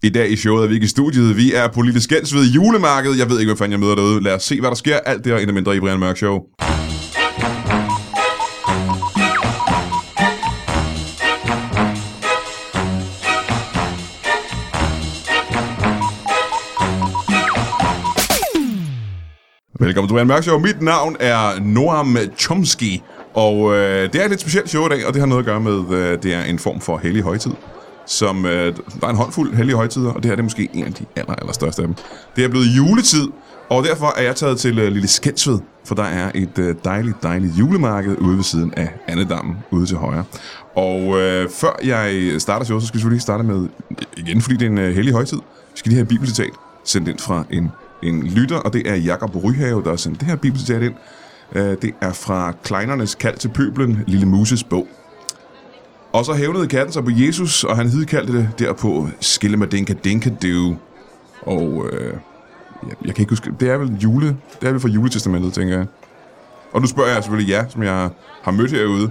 I dag i showet er vi ikke i studiet. Vi er på Lille Skensved julemarked. Jeg ved ikke, hvad fanden jeg møder derude. Lad os se, hvad der sker. Alt det og endnu mindre i Brian Mørk Show. Velkommen til Brian Mørk Show. Mit navn er Noam Chomsky. Og det er et lidt specielt show i dag, og det har noget at gøre med, det er en form for hellig højtid. Som, der er en håndfuld hellige højtider, og det her det er måske en af de allerstørste af dem. Det er blevet juletid, og derfor er jeg taget til Lille Skensved, for der er et dejligt julemarked ude ved siden af Annedammen, ude til højre. Og før jeg starter showet, så skal vi selvfølgelig starte med, igen fordi det er en hellig højtid, skal de have et bibelcitat sendt ind fra en lytter, og det er Jakob Ryhave, der har sendt det her bibelcitat ind. Det er fra Kleinernes kald til pøblen, Lille Muses bog. Og så hævnede katten sig på Jesus, og han hidkaldte det derpå Skillemadinka Dinka Døve. Og jeg kan ikke huske, det er vel fra Juletestamentet, tænker jeg. Og nu spørger jeg selvfølgelig jer, som jeg har mødt herude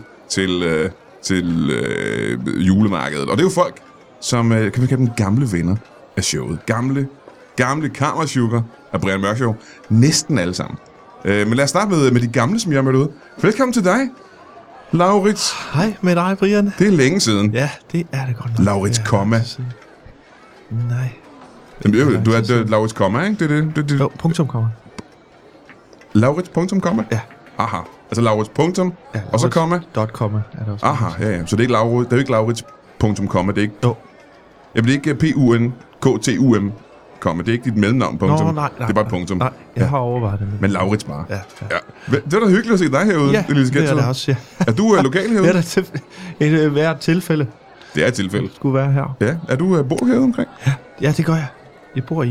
til julemarkedet. Og det er jo folk, som kan vi kalde dem gamle venner af showet. Gamle kammersugar af Brian Mørk Show. Næsten alle sammen. Men lad os starte med de gamle, som jeg har mødt ude. Velkommen til dig, Laurits. Hej med dig, Brian. Det er længe siden. Ja, det er det godt nok. Laurits, komma. Nej. Jamen, du er Laurits, komma, ikke? Det. Jo, punktum, komma. Laurits, punktum, komma? Ja. Aha. Altså Laurits, punktum, ja, og så komma? Dot, komma er det også. Aha, ja. Så det er ikke Laurits, det er jo ikke Laurits, punktum, komma, det er ikke... Jo. Jamen, det er ikke P-U-N-K-T-U-M, komma. Det er ikke dit mellemnavn, punktum. Nå, nej. Det er bare et punktum. Nej, jeg har overvejet det. Men Laurits bare. Ja. Det var da hyggeligt at se dig herude. Ja, det er det også, ja. Er du lokal herude? Det er hvert tilfælde. Det er et tilfælde. Skulle være her. Ja. Bor du herude omkring? Ja, det gør jeg. Jeg bor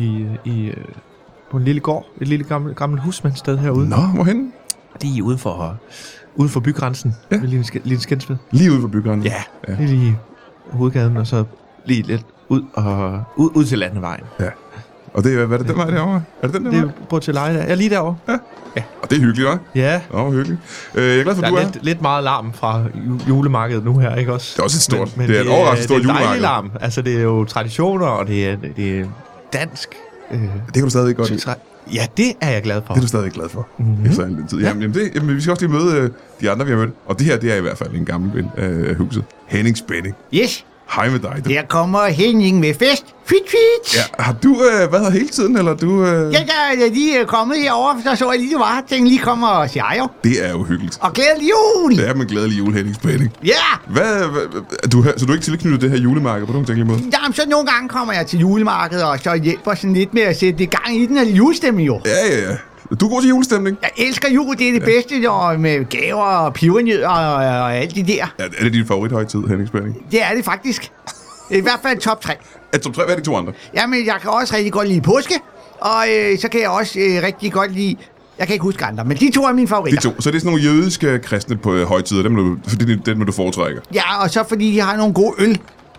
på en lille gård. Et lille gammelt husmandssted herude. Nå, hvorhenne? Det er uden for bygrænsen. Ja. Ved Lille Skensved. Lige ude for bygrænsen? Ja. Lige i hovedgaden, og så lige lidt ud til landevejen. Ja. Og det, hvad er det den vej derovre? Er det den der vej? Det er på til leje der. Ja, lige derovre. Ja. Og det er hyggeligt, hva'? Ja. Hyggeligt. Jeg er glad for, at du er. Lidt meget larm fra julemarkedet nu her, ikke også? Det er også et stort. Men det er et overraskende stort julemarked. Det er dejlig larm. Altså, det er jo traditioner, og det er dansk. Det kan du stadig godt lide. Ja, det er jeg glad for. Det er du stadig glad for. Efter en tid. Jamen, vi skal også lige møde de andre, vi har mødt. Og det her, det er i hvert fald en gammel ven af huset. Henning Spænding. Yes. Hej med dig. Der kommer Henning med fest. Fit. Ja, har du været her hele tiden, eller du... Ja, der er lige kommet herover, så jeg lige, det var. Tænkte lige kommer og siger jo. Det er jo hyggeligt. Og glædelig jul. Det er med glædelig jul, Henning Spænding. Ja. Så du er ikke tilknyttet det her julemarked på nogen tænkelig måde? Jamen, så nogle gange kommer jeg til julemarkedet, og så hjælper sådan lidt med at sætte det gang i den her julestemning jo. Ja. Du er god til julestemning. Jeg elsker jul, det er det bedste, jo, med gaver og pibernødder og alt det der. Ja, er det din favorithøjtid, Henning Spænding? Det er det faktisk. Det er i hvert fald top 3. Top 3, hvad er de to andre? Jamen, jeg kan også rigtig godt lide påske, og så kan jeg også rigtig godt lide... Jeg kan ikke huske andre, men de to er mine favoritter. De to. Så det er sådan nogle jødiske kristne på højtider, dem må du foretrække. Ja, og så fordi de har nogle gode øl.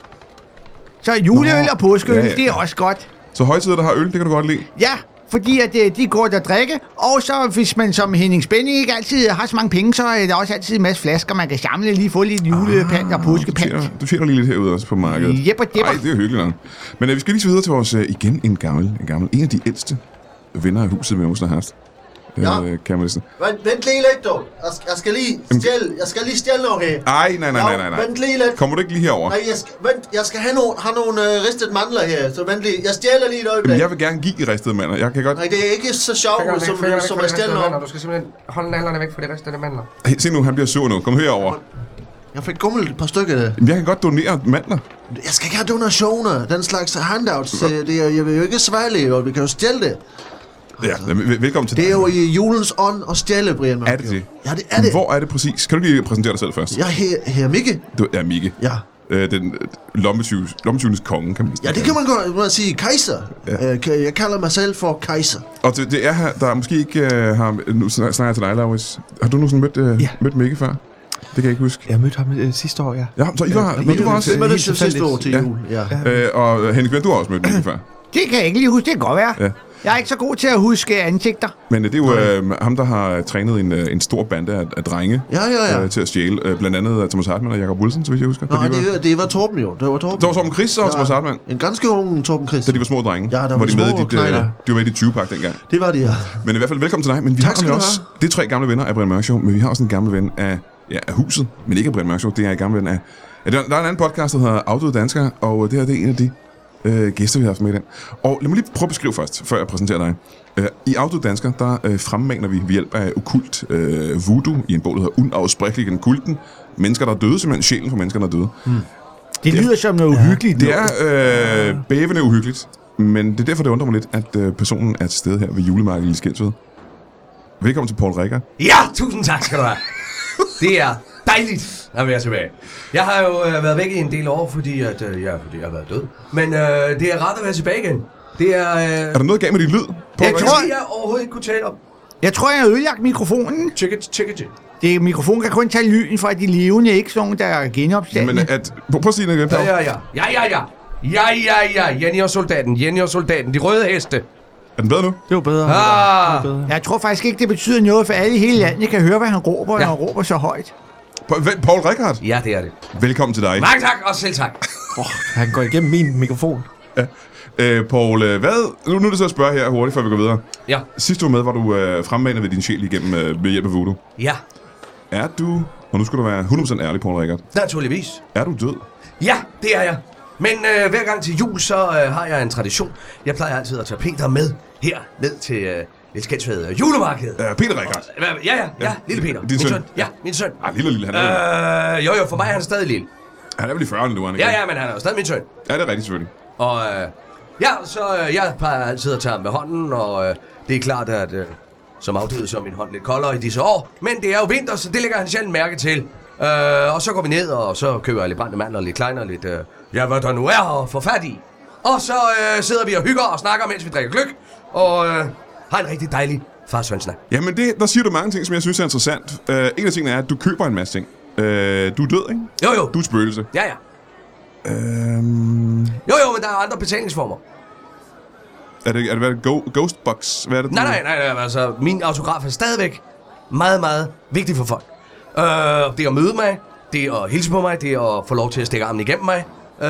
Så juleøl og påskeøl, det er også godt. Så højtider, der har øl, det kan du godt lide? Ja, fordi at de går der at drikke, og så hvis man som Henning Spænding ikke altid har så mange penge, så er der også altid en masse flasker, man kan samle lige få lidt julepant og påskepant. Du tjener lige lidt herude også på markedet. Jepper. Ej, det er hyggeligt nok. Men vi skal lige videre til vores, igen en af de ældste venner af huset, vi nogensinde har haft. Ja. Kan man lide. Vent lige lidt, dog. Jeg skal lige stjæle noget her. Nej. Vent lige lidt. Kommer du ikke lige herover? Nej, jeg skal have nogle ristede mandler her, så vent lige. Jeg stjæler lige et øjeblik. Jeg vil gerne give i ristede mandler. Jeg kan godt... Nej, det er ikke så sjovt, som at stjæle noget. Du skal simpelthen holde nallerne væk fra de ristede mandler. Hey, se nu, han bliver sur nu. Kom herover. Jeg fik gummel et par stykker der. Jeg kan godt donere mandler. Jeg skal ikke have donationer, den slags handouts. Jeg vil jo ikke sværlige, og vi kan jo stjæle det. Ja, velkommen til dig. Det er jo i julens ånd og stjæle, Brian. Er det det? Ja, det er det. Hvor er det præcis? Kan du lige præsentere dig selv først? Jeg er her Mikke. Du er Mikke. Ja. Den lommetyvenes konge, kan man sige. Ja, det kan man godt sige. Kejser. Ja. Jeg kalder mig selv for kejser. Og det er her, der måske ikke har... Nu snakker jeg til dig, Laurits. Har du nogensinde mødt Mikke før? Det kan jeg ikke huske. Jeg mødte ham sidste år, ja. Ja, så I var... Men du var også... Det mødte sidste år til jul, ja. Og Henning, du har også mødt Mikke før. Det kan jeg ikke lige huske, det kan godt være. Ja. Jeg er ikke så god til at huske ansigter. Men det er jo ham, der har trænet en stor bande af drenge Ja. til at stjæle. Blandt andet Thomas Hartmann og Jacob Wilson, så vidt jeg husker. Nå, det var Torben jo. Det var Torben Chris og Thomas Hartmann. En ganske ung Torben Chris. Da de var små drenge. Ja, der var de var med små knejder. de var med i de 20-pakke dengang. Det var det, ja. Men i hvert fald velkommen til dig. Men vi Tak har skal du også, det er 3 gamle venner af Brian Mørk Show, men vi har også en gammel ven af huset, men ikke af Brian Mørk Show. Det er en gammel ven af... Der er en anden podcast, der hedder Afdøde Danskere, og det her det er en af de gæster, vi har haft med i den. Og lad mig lige prøve at beskrive først, før jeg præsenterer dig. I Afdøde Danskere, der fremmaner vi ved hjælp af okkult voodoo i en bog, der hedder Unafsprechelige Kulten. Mennesker, der er døde, simpelthen sjælen for mennesker, der er døde. Det lyder som noget uhyggeligt. Det er bævende uhyggeligt, men det er derfor, det undrer mig lidt, at personen er til stede her ved julemarkedet i Skensved. Velkommen til Paul Rickard. Ja, tusind tak skal du have. Det er dejligt at være tilbage. Jeg har jo været væk i en del år, fordi jeg har været død. Men det er rart at være tilbage igen. Det er... Er der noget galt med din lyd, Paul Jeg Rickard? tror, jeg overhovedet ikke kunne tale om. Jeg tror, jeg har ødelagt mikrofonen. Tjek it. Mikrofonen kan kun tage lyden fra de levende, ikke sådan, der er genopstandende. Men prøv at sige det igen, Paul. Ja. Jenny og soldaten. De røde heste. Er den bedre nu? Det var bedre. Ah. Det var bedre. Jeg tror faktisk ikke, det betyder noget, for alle i hele landet kan høre, hvad han råber, når han råber så højt. Paul Rickard, Ja, det er det. velkommen til dig. Mange tak, og selv tak. Han går igennem min mikrofon. Paul, hvad? Nu er det så at spørge her hurtigt, før vi går videre. Ja. Sidst du var med, var du fremmanet ved din sjæl igennem ved hjælp af voodoo. Ja, Er du, og nu skal du være 100% ærlig, Paul Rickard, naturligvis. er du død? Ja, det er jeg. Men hver gang til jul, så har jeg en tradition. Jeg plejer altid at tage Peter med her ned til Lille Skensved julemarked. Peter Rickard. Ja, lille Peter. Din søn? Ja, min søn. Lille, han er Jo, for mig er han stadig lille. han er vel i 40'erne, du er han ikke? Ja, men han er jo stadig min søn. Ja, det er rigtigt selvfølgelig. Og så jeg plejer altid at tage ham med hånden, og det er klart, at som afdøde, så er min hånd lidt koldere i disse år. Men det er jo vinter, så det lægger han sjældent mærke til. Og så går vi ned, og så køber jeg lidt brændte mandler, lidt kleiner, lidt hvad der nu er at få fat i. Og så sidder vi og hygger og snakker, mens vi drikker gløgg, og har en rigtig dejlig far-søn-snak. Jamen, der siger du mange ting, som jeg synes er interessant. En af tingene er, at du køber en masse ting. Du er død, ikke? Jo. Du er et spøgelse. Ja. Jo, men der er andre betalingsformer. Er det Ghostbox? Hvad er det? Nej, altså min autograf er stadigvæk meget, meget vigtig for folk. Det at møde mig, det at hilse på mig, det at få lov til at stikke armen igennem mig.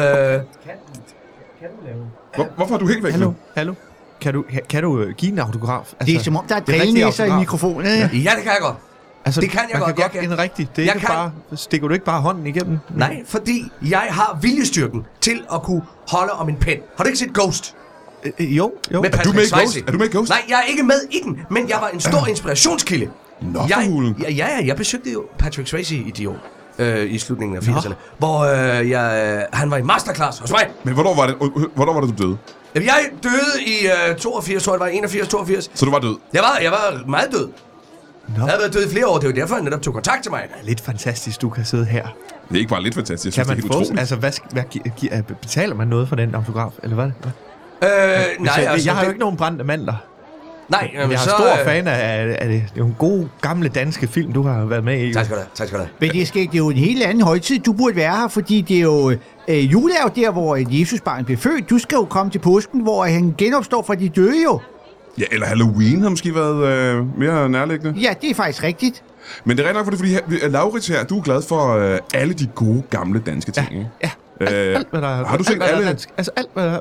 Hvorfor er du helt væk nu? Hallo? Kan du give en autograf? Altså, Det er som om, der er en rigtig drillnæser i autograf. mikrofonen. Ja, det kan jeg godt. Altså, Det kan jeg man godt, kan jeg kan. en rigtig. Det er Jeg ikke kan. bare... Stikker du ikke bare hånden igennem? Nej, fordi jeg har viljestyrken til at kunne holde om en pen. Har du ikke set Ghost? Jo. Med Er du Patrick med i Swayze? Ghost? Er du med i Ghost? Nej, jeg er ikke med i den, men jeg var en stor inspirationskilde. Nå, for hulen. Jeg besøgte jo Patrick Swayze i de år. I slutningen af 80'erne. Hvor han var i masterclass hos mig. Men hvornår var det, du døde? Jeg døde i 82, tror jeg det var 81, 82. Så du var død? Jeg var meget død. Jeg havde været død i flere år, det var derfor, jeg netop tog kontakt til mig. Det er lidt fantastisk, du kan sidde her. Det er ikke bare lidt fantastisk. Kan Jeg synes, man det er helt få... utroligt. Altså, betaler man noget for den autograf, eller hvad? Nej, altså... Jeg har jo ikke nogen brændte mandler. Nej, Jeg er stor fan af det. Det er jo gode, gamle danske film, du har været med i. Tak skal du have. Men det er jo en helt anden højtid. Du burde være her, fordi det er jo juledag der, hvor Jesusbarn blev født. Du skal jo komme til påsken, hvor han genopstår fra de døde jo. Ja, eller Halloween har måske været mere nærliggende. Ja, det er faktisk rigtigt. Men det er rigtig nok, fordi Laurits her, du er glad for alle de gode, gamle danske ting, ikke? Ja. Alt, hvad der har du set hvad der er alle? dansk. Altså, alt, hvad der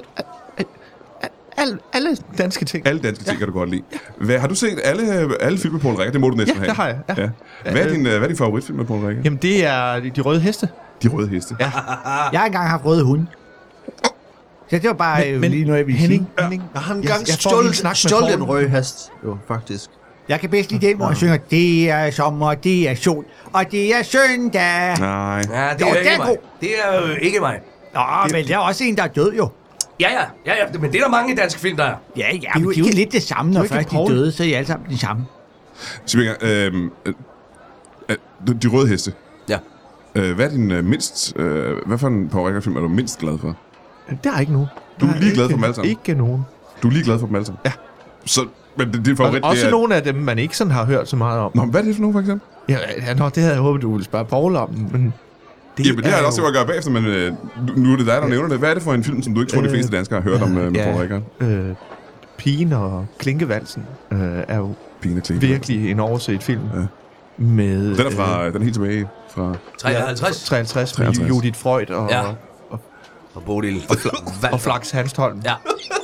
alle danske ting. Alle danske ting kan du godt lide. Har du set alle film med Paul Rickard? Det må du næsten have. Det har jeg. Ja. Hvad er din favoritfilm med Paul Rickard? Jamen, det er De Røde Heste. De Røde Heste. Ja. Jeg har engang haft røde hunde. Så det var bare lige noget, jeg ville sige. Henning. Jeg har Jeg får lige en snak med stjålet Poul. en rød hest, jo, faktisk. Jeg kan bedst lide den, hvor han synger, det er sommer, det er sol, og det er søndag. Nej. Ja, det er Jo, jo den ikke er mig. god. Det er jo ikke mig. Nå, men der er også en, der er død jo. Ja, men det er der mange danske film, der er. Ja, men det er jo lidt det samme, når ikke først de er Poul. døde, så er de alle sammen de samme. Sig mig engang, De Røde Heste. Ja. Hvad er din mindst... hvad for en Paul Rickard-film er du mindst glad for? Der er ikke nogen. Du er Der lige glad for ikke- dem alle sammen? Ikke nogen. Du er lige glad for dem alle sammen? Ja. Så, men det favorit, Også det er... nogle af dem, man ikke sådan har hørt så meget om. Nå, men hvad er det for nogle, for eksempel? Ja, det havde jeg håbet, du ville spørge Poul om, men... Jamen, det har jeg jo- også tænkt mig at gøre bagefter, men nu er det dig, der nævner det. Hvad er det for en film, som du ikke tror, de fleste danskere har hørt om med Paul Rickard? Pigen og Klinkevalsen er jo Pigen og Klinke. virkelig en overset film. Ja. Med, Den er helt tilbage fra... 53. med Judith Freud og, Ja. Og Bodil. og Flaks Hanstholm. Ja.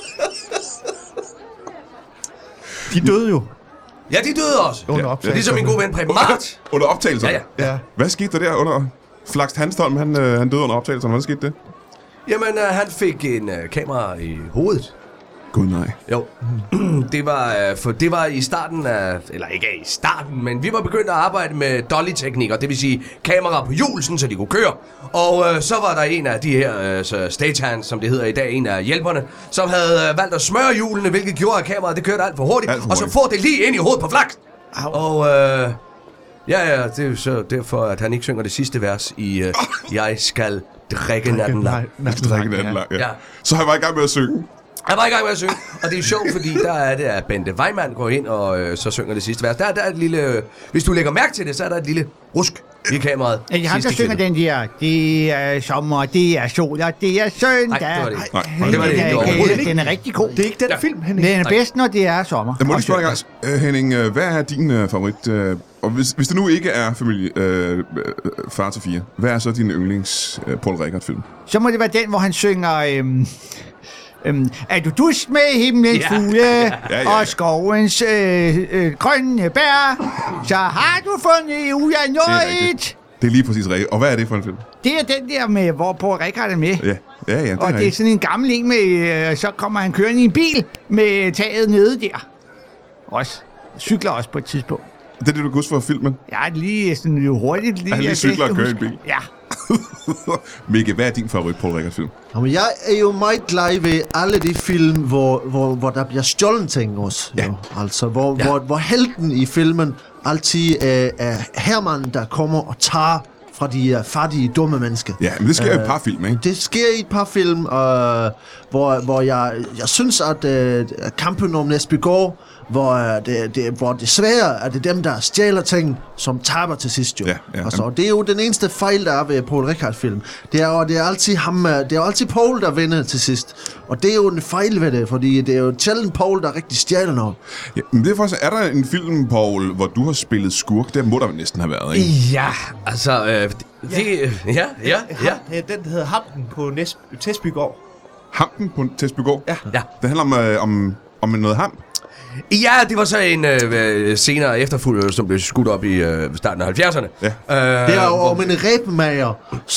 De døde jo Ja, de døde også. under optagelsen. Ligesom min gode ven Preben Mart. Under optagelserne? Ja. Ja. Hvad skete der under... Flakst Hanstholm, han døde under optagelserne. Hvad skete det? Jamen, han fik en kamera i hovedet. Gud nej. Jo, det var i starten af, eller ikke i starten, men vi var begyndt at arbejde med dolly-teknikker, det vil sige kamera på hjul, sådan, så de kunne køre. Og så var der en af de her stagehands, som det hedder i dag, en af hjælperne, som havde valgt at smøre hjulene, hvilket gjorde, at kameraet det kørte alt for hurtigt, og så får det lige ind i hovedet på Flaks. Og ja, det er jo så derfor, at han ikke synger det sidste vers i Jeg skal drikke natten lang. Ja. Så han var i gang med at synge. Jeg var i gang med at synge, og det er sjovt, fordi der er det, at Bente Weimann går ind og så synger det sidste vers. Der er et lille... Hvis du lægger mærke til det, så er der et lille rusk i kameraet. Ja, han der synger den der, det er sommer, det er sol, og det er søndag. Nej, det var det ikke. Nej, det var det ikke overhovedet. Den er rigtig god. Det er ikke den film, Henning. Den er bedst, når det er sommer. Jeg må lige spørge en gang, Henning, hvad er din favorit? Og hvis det nu ikke er familie Far til 4, hvad er så din yndlings Poul Reichhardt-film? Så må det være den, hvor han synger... er du dus med himlens fugle og skovens grønne bær, så har du fundet ud af noget. Det er lige præcis rigtigt. Og hvad er det for en film? Det er den der med, hvor Poul Reichhardt er med. Ja, det er Og det er sådan en gammel en med, så kommer han kørende i en bil med taget nede der. Også. Cykler også på et tidspunkt. Det er det, du kan huske fra filmen? Ja, lige sådan jo hurtigt. Han lige cykler og kører i en bil. Ja. Mikke, hvad er din favorit Poul Reichhardt-film? Jamen, jeg er jo meget glad ved alle de film, hvor der bliver stjålet ting også. Ja. Jo. Altså, hvor helten i filmen altid er hermanden, der kommer og tager fra de fattige, dumme mennesker. Ja, men det sker i et par film, ikke? Det sker i et par film, hvor jeg synes, at kampen om Næsbygård, hvor desværre er det dem, der stjæler ting, som taber til sidst jo. Ja. Altså, det er jo den eneste fejl, der er ved Poul Reichhardt-film. Det er altid ham, det er altid Poul, der vinder til sidst. Og det er jo en fejl ved det, fordi det er jo sjældent Poul, der rigtig stjæler noget. Ja, men det er faktisk, er der en film, Poul, hvor du har spillet skurk? Der må der næsten have været, ikke? Ja, altså... Ja. Den hedder Hampen på Tesbygård. Hampen på Tesbygård? Ja. Ja. Det handler om noget hamp? Ja, det var så en senere efterfulgt, som blev skudt op i starten af 70'erne. Ja. Det er jo om en ræbmager,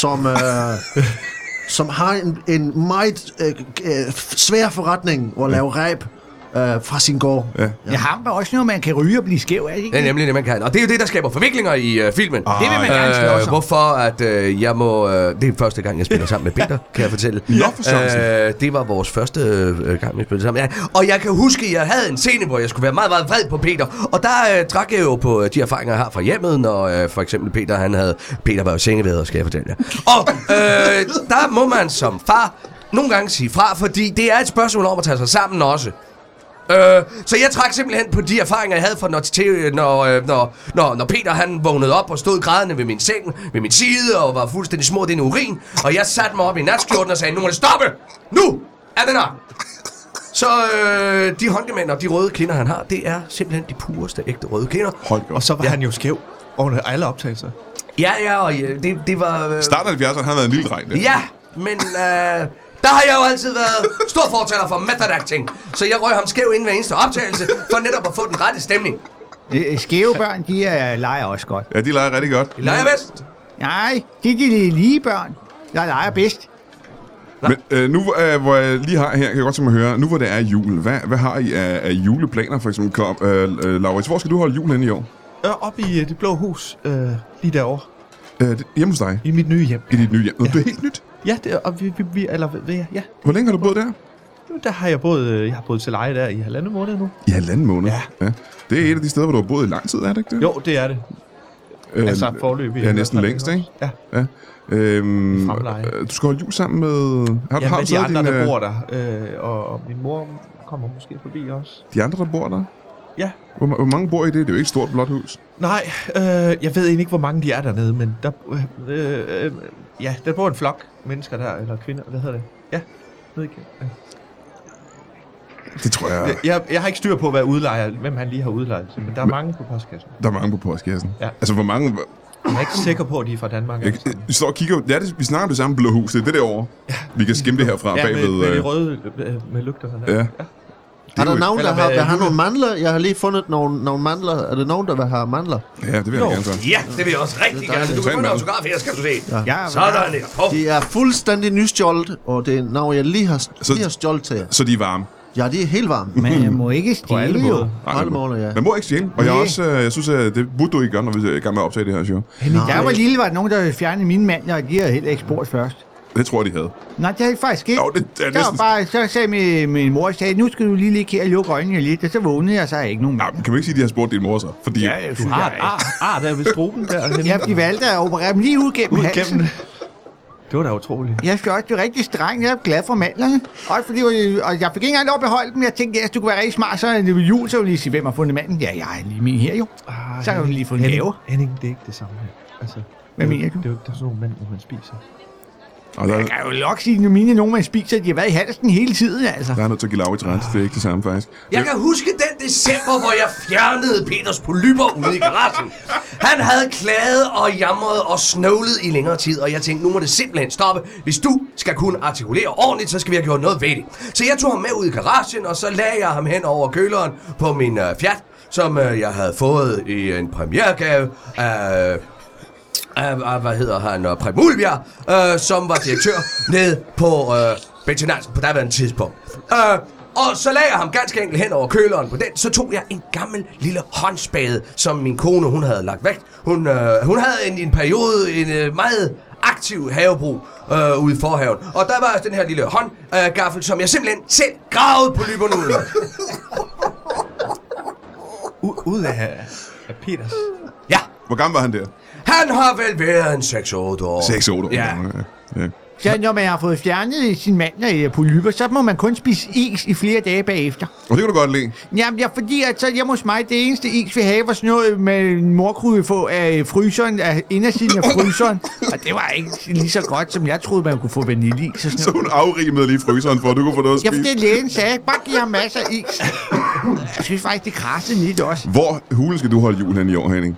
som har en meget svær forretning at lave ræb fra sin gård. Ja. Ja, hamp er også noget, man kan ryge og blive skæv af, ikke? Det er nemlig det, man kan. Og det er jo det, der skaber forviklinger i filmen. Det vil man gerne slås om. Hvorfor at jeg må... det er første gang, jeg spiller sammen med Peter, kan jeg fortælle. Nå, for Sørensen. Det var vores første gang, vi spillede sammen. Ja. Og jeg kan huske, at jeg havde en scene, hvor jeg skulle være meget, meget vred på Peter. Og der drak jeg jo på de erfaringer, jeg har fra hjemmet, når for eksempel Peter var jo sengeværet, skal jeg fortælle jer. Og der må man som far nogle gange sige fra, fordi det er et spørgsmål om at tage sig sammen også. Så jeg trak simpelthen på de erfaringer, jeg havde fra når Peter han vågnede op og stod grædende ved min seng, ved min side og var fuldstændig smurt ind i urin. Og jeg satte mig op i natskjorten og sagde, nu må det stoppe! Nu er den her! Så de håndgemænd og de røde kinder, han har, det er simpelthen de pureste ægte røde kinder. Og så var han jo skæv under alle optagelser. Ja, og det var... Starten af 70'erne, han været en lille dreng. Ja, men... Der har jeg jo altid været stor fortaler for method acting, så jeg røg ham skæv inden hver eneste optagelse, for netop at få den rette stemning. Skæve børn, de leger også godt. Ja, de leger rigtig godt. Det leger bedst. Nej, det er de lige børn, der leger bedst. Men nu, hvor jeg lige har her, kan jeg godt tænke mig at høre, nu hvor det er jul, hvad har I af juleplaner for eksempel? Laurits, hvor skal du holde jul henne i år? Op i Det Blå Hus, lige derovre. Hjemme hos dig? I mit nye hjem. I dit nye hjem? Ja. Det er helt nyt? Ja, og ja. Hvor længe har du boet der? Der har jeg boet, til leje der i 1,5 måned nu. I 1,5 måned? Ja. Det er et af de steder, hvor du har boet i lang tid, er det ikke det? Jo, det er det. Altså forløbig. Ja, næsten længst, ikke? Ja. Du skal holde jul sammen med... Har med de andre, der bor der. Og min mor kommer måske forbi også. De andre, der bor der? Ja. Hvor mange bor I det? Det er jo ikke et stort blåt hus. Nej, jeg ved egentlig ikke, hvor mange de er dernede, men der, der bor en flok mennesker der, eller kvinder, hvad hedder det? Ja, nede igen. Det tror jeg... Jeg har ikke styr på, hvem han lige har udlejet til, men der er mange på postkassen. Der er mange på postkassen. Ja. Altså, hvor mange... Jeg er ikke sikker på, at de er fra Danmark. Vi står og kigger... Vi snakker om det samme blå hus. Det er det derovre. Ja. Vi kan skimme det herfra bagved... med de røde med lygterne der. Ja. Er der nogen, der har nogle mandler? Jeg har lige fundet nogle mandler. Er der nogen, der vil have mandler? Ja, det vil jeg gerne så. Ja, det vil jeg også rigtig gerne. Du kan få en autograf her, skal du se. Ja, Sådan der. De er fuldstændig nystjålet, og det er noget, jeg lige har stjålet til jer. Så de er varme? Ja, de er helt varme. Men jeg må ikke stjæle jo. På alle måler, ja. Man må ikke stjæle. Og jeg synes, at det burde du ikke gøre, når vi er i gang med at optage det her show. Da jeg var lille, var der nogen, der fjernede mine mandler, og de havde heller ikke spurgt først. Det tror jeg, de havde. Nej, det havde jeg faktisk ikke. Jo, det er næsten... Så sagde min mor, nu skal du lige ligge her og lukke øjnene lidt, og så vågnede jeg, så har jeg ikke nogen Ja, kan vi ikke sige, at de har spurgt din mor så? Fordi... Ja, Du har der ved struben der. Ja, de valgte at operere dem lige ud gennem halsen. Det var da utroligt. Jeg skal også blive rigtig streng. Jeg er glad for mandlerne. Også fordi, og jeg fik ikke engang lov at beholde dem. Jeg tænkte, at du kunne være rigtig smart, så er det jul, så ville lige sige, hvem har fundet manden. Ja, jeg har lige min her jo. Så har du lige fået en gave. Henning, det er ikke det samme her. Altså, hvad mener du? Det er jo ikke sådan nogle mænd, man spiser. Jeg kan jo nok sige, at mine nogen, man spiser, de har været i halsen hele tiden, altså. Der er nødt til at give Laurits ret. Det er ikke det samme, faktisk. Jeg kan huske den december, hvor jeg fjernede Peters polypper ude i garagen. Han havde klaget og jamret og snøvlet i længere tid, og jeg tænkte, nu må det simpelthen stoppe. Hvis du skal kunne artikulere ordentligt, så skal vi have gjort noget ved det. Så jeg tog ham med ud i garagen, og så lagde jeg ham hen over køleren på min Fiat, som jeg havde fået i en premieregave af Preben Ulbjerg, som var direktør nede på Bentinansen på daværende tidspunkt. Og så lagde jeg ham ganske enkelt hen over køleren på den. Så tog jeg en gammel lille håndspade, som min kone hun havde lagt væk. Hun havde en periode en meget aktiv havebrug ude i forhaven. Og der var den her lille håndgaffel, som jeg simpelthen selv gravede på lyberne ud. Ud af Peters? Ja. Hvor gammel var han der? Han har vel været en 6-8 år. 6-8 år. Ja. Så når man har fået fjernet sin mandler i polypper, så må man kun spise is i flere dage bagefter. Og det kan du godt lide. Jamen, ja, fordi at så hjemme hos mig, det eneste is, vi havde, var sådan noget, min mor kunne få af fryseren, af indersiden af fryseren. Og det var ikke lige så godt, som jeg troede, man kunne få vaniljeis. Så hun afrimede lige fryseren, for at du kunne få noget at spise. Ja, for det lægen sagde, bare giv ham masser af is. Jeg synes faktisk, det krassede lidt også. Hvor hulen skal du holde jul hen i år, Henning?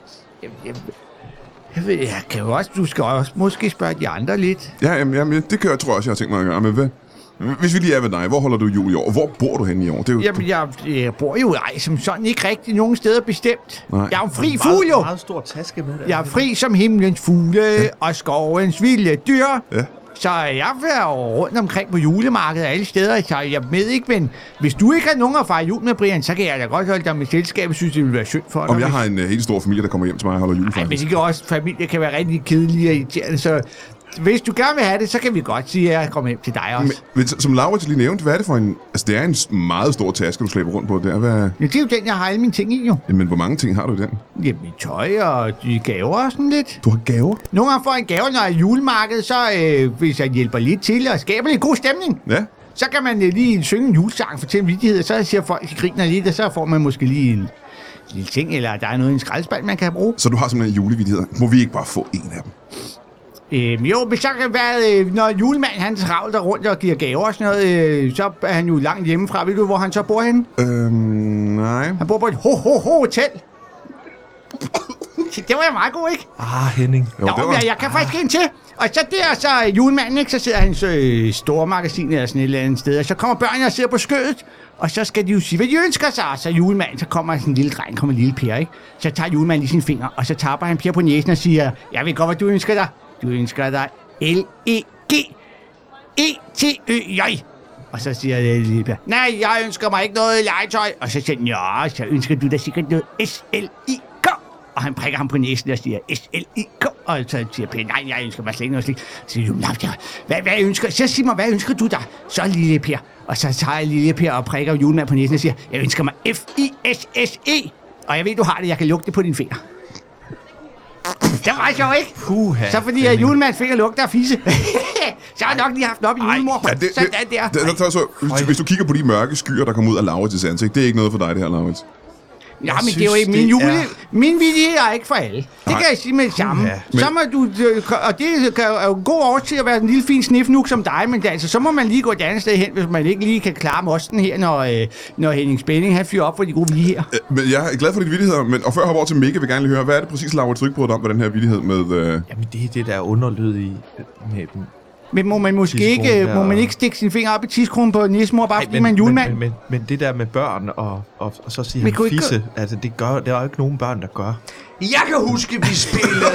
Jeg kan jo også, du skal også måske spørge de andre lidt. Ja, jamen det kan jeg, tror jeg også, jeg har tænkt mig at gøre. Men hvad? Hvis vi lige er ved dig, hvor holder du jul i år? Hvor bor du henne i år? Det er jo, jamen, jeg bor jo som sådan ikke rigtig nogen steder bestemt. Nej. Jeg er jo fri fugl jo. Meget stor taske med det. Jeg er fri som himlens fugle og skovens vilde dyr. Ja. Så jeg er rundt omkring på julemarkedet alle steder, så jeg ved ikke, men hvis du ikke har nogen at fejre jul med, Brian, så kan jeg da godt holde dig med selskab. Jeg synes, det vil være synd for dig. Om jeg har en helt stor familie, der kommer hjem til mig og holder jul, faktisk. Nej, men det kan også, familie kan være rigtig kedelig og irriterende, så hvis du gerne vil have det, så kan vi godt sige, at jeg kommer hjem til dig også. Men som Laurits lige nævnte, hvad er det for en... Altså, det er en meget stor taske, du slæber rundt på der. Hvad... Ja, det er jo den, jeg har alle mine ting i, jo. Jamen, hvor mange ting har du i den? Jamen, tøj og de gaver og sådan lidt. Du har gaver? Nogle gange får jeg en gave, når jeg er julemarked, så hvis jeg hjælper lidt til og skaber lidt god stemning. Ja. Så kan man lige synge en julesang, fortælle vittigheder, så siger folk, at de griner lidt, og så får man måske lige en lille ting, eller der er noget i en skraldespand, man kan bruge. Så du har simpelthen julevittigheder. Må vi ikke bare få en af dem? Jo, men så kan det være, når julemanden han travlt rundt og giver gaver og sådan noget, så er han jo langt hjemmefra. Ved du, hvor han så bor henne? Nej. Han bor på et hotel. Det var meget god, ikke? Henning. Jo, Jeg kan faktisk en til. Og så der, så julemanden, ikke? Så sidder hans store magasin eller sådan et eller andet sted. Og så kommer børnene og sidder på skødet. Og så skal de jo sige, hvad de ønsker sig. Så julemanden, så kommer sådan en lille dreng, kommer en lille Per, ikke? Så tager julemanden lige sine fingre, og så tapper han Per på næsen og siger, jeg ved godt, hvad du ønsker dig. Du ønsker dig L-E-G-E-T-Ø-J. Og så siger lille Per, nej, jeg ønsker mig ikke noget legetøj. Og så siger han, ja, så ønsker du da sikkert noget S-L-I-K. Og han prikker ham på næsen og siger S-L-I-K. Og så siger Per, nej, jeg ønsker mig slet ikke noget slik. Så siger hvad ønsker? Så sig mig, hvad ønsker du der? Så lille Per. Og så tager jeg lille Per og prikker julemanden på næsen og siger, jeg ønsker mig F-I-S-S-E. Og jeg ved, du har det, jeg kan lugte det på dine fingre. Det var meget sjovt, ikke? Puha. Så fordi julemandens finger lugter af fisse. Så har jeg nok lige haft den op i julemor. Hvis du kigger på de mørke skyer, der kommer ud af Laurits' ansigt, det er ikke noget for dig, det her, Laurits. Ja, men det er jo ikke min vilje er ikke for alle. Det kan jeg sige med det samme. Ja. Så må du, og det er jo en god år til at være en lille fin snifnuk som dig, men altså, så må man lige gå et andet sted hen, hvis man ikke lige kan klare mosten her, når Henning Spænding han fyrer op for de gode vilje her. Men jeg er glad for dine vittigheder, og før jeg hopper over til Mikke, vil jeg gerne lige høre, hvad er det præcis, Laura Trygbrød om, hvad den her vittighed med... Jamen, det er det der underlyd i... Men må man måske ikke, må man ikke stikke sin finger op i tidskronen på Nismor, bare fordi man er julemand? Men det der med børn og så sige han fisse, altså det er jo ikke nogen børn, der gør. Jeg kan huske, vi spillede...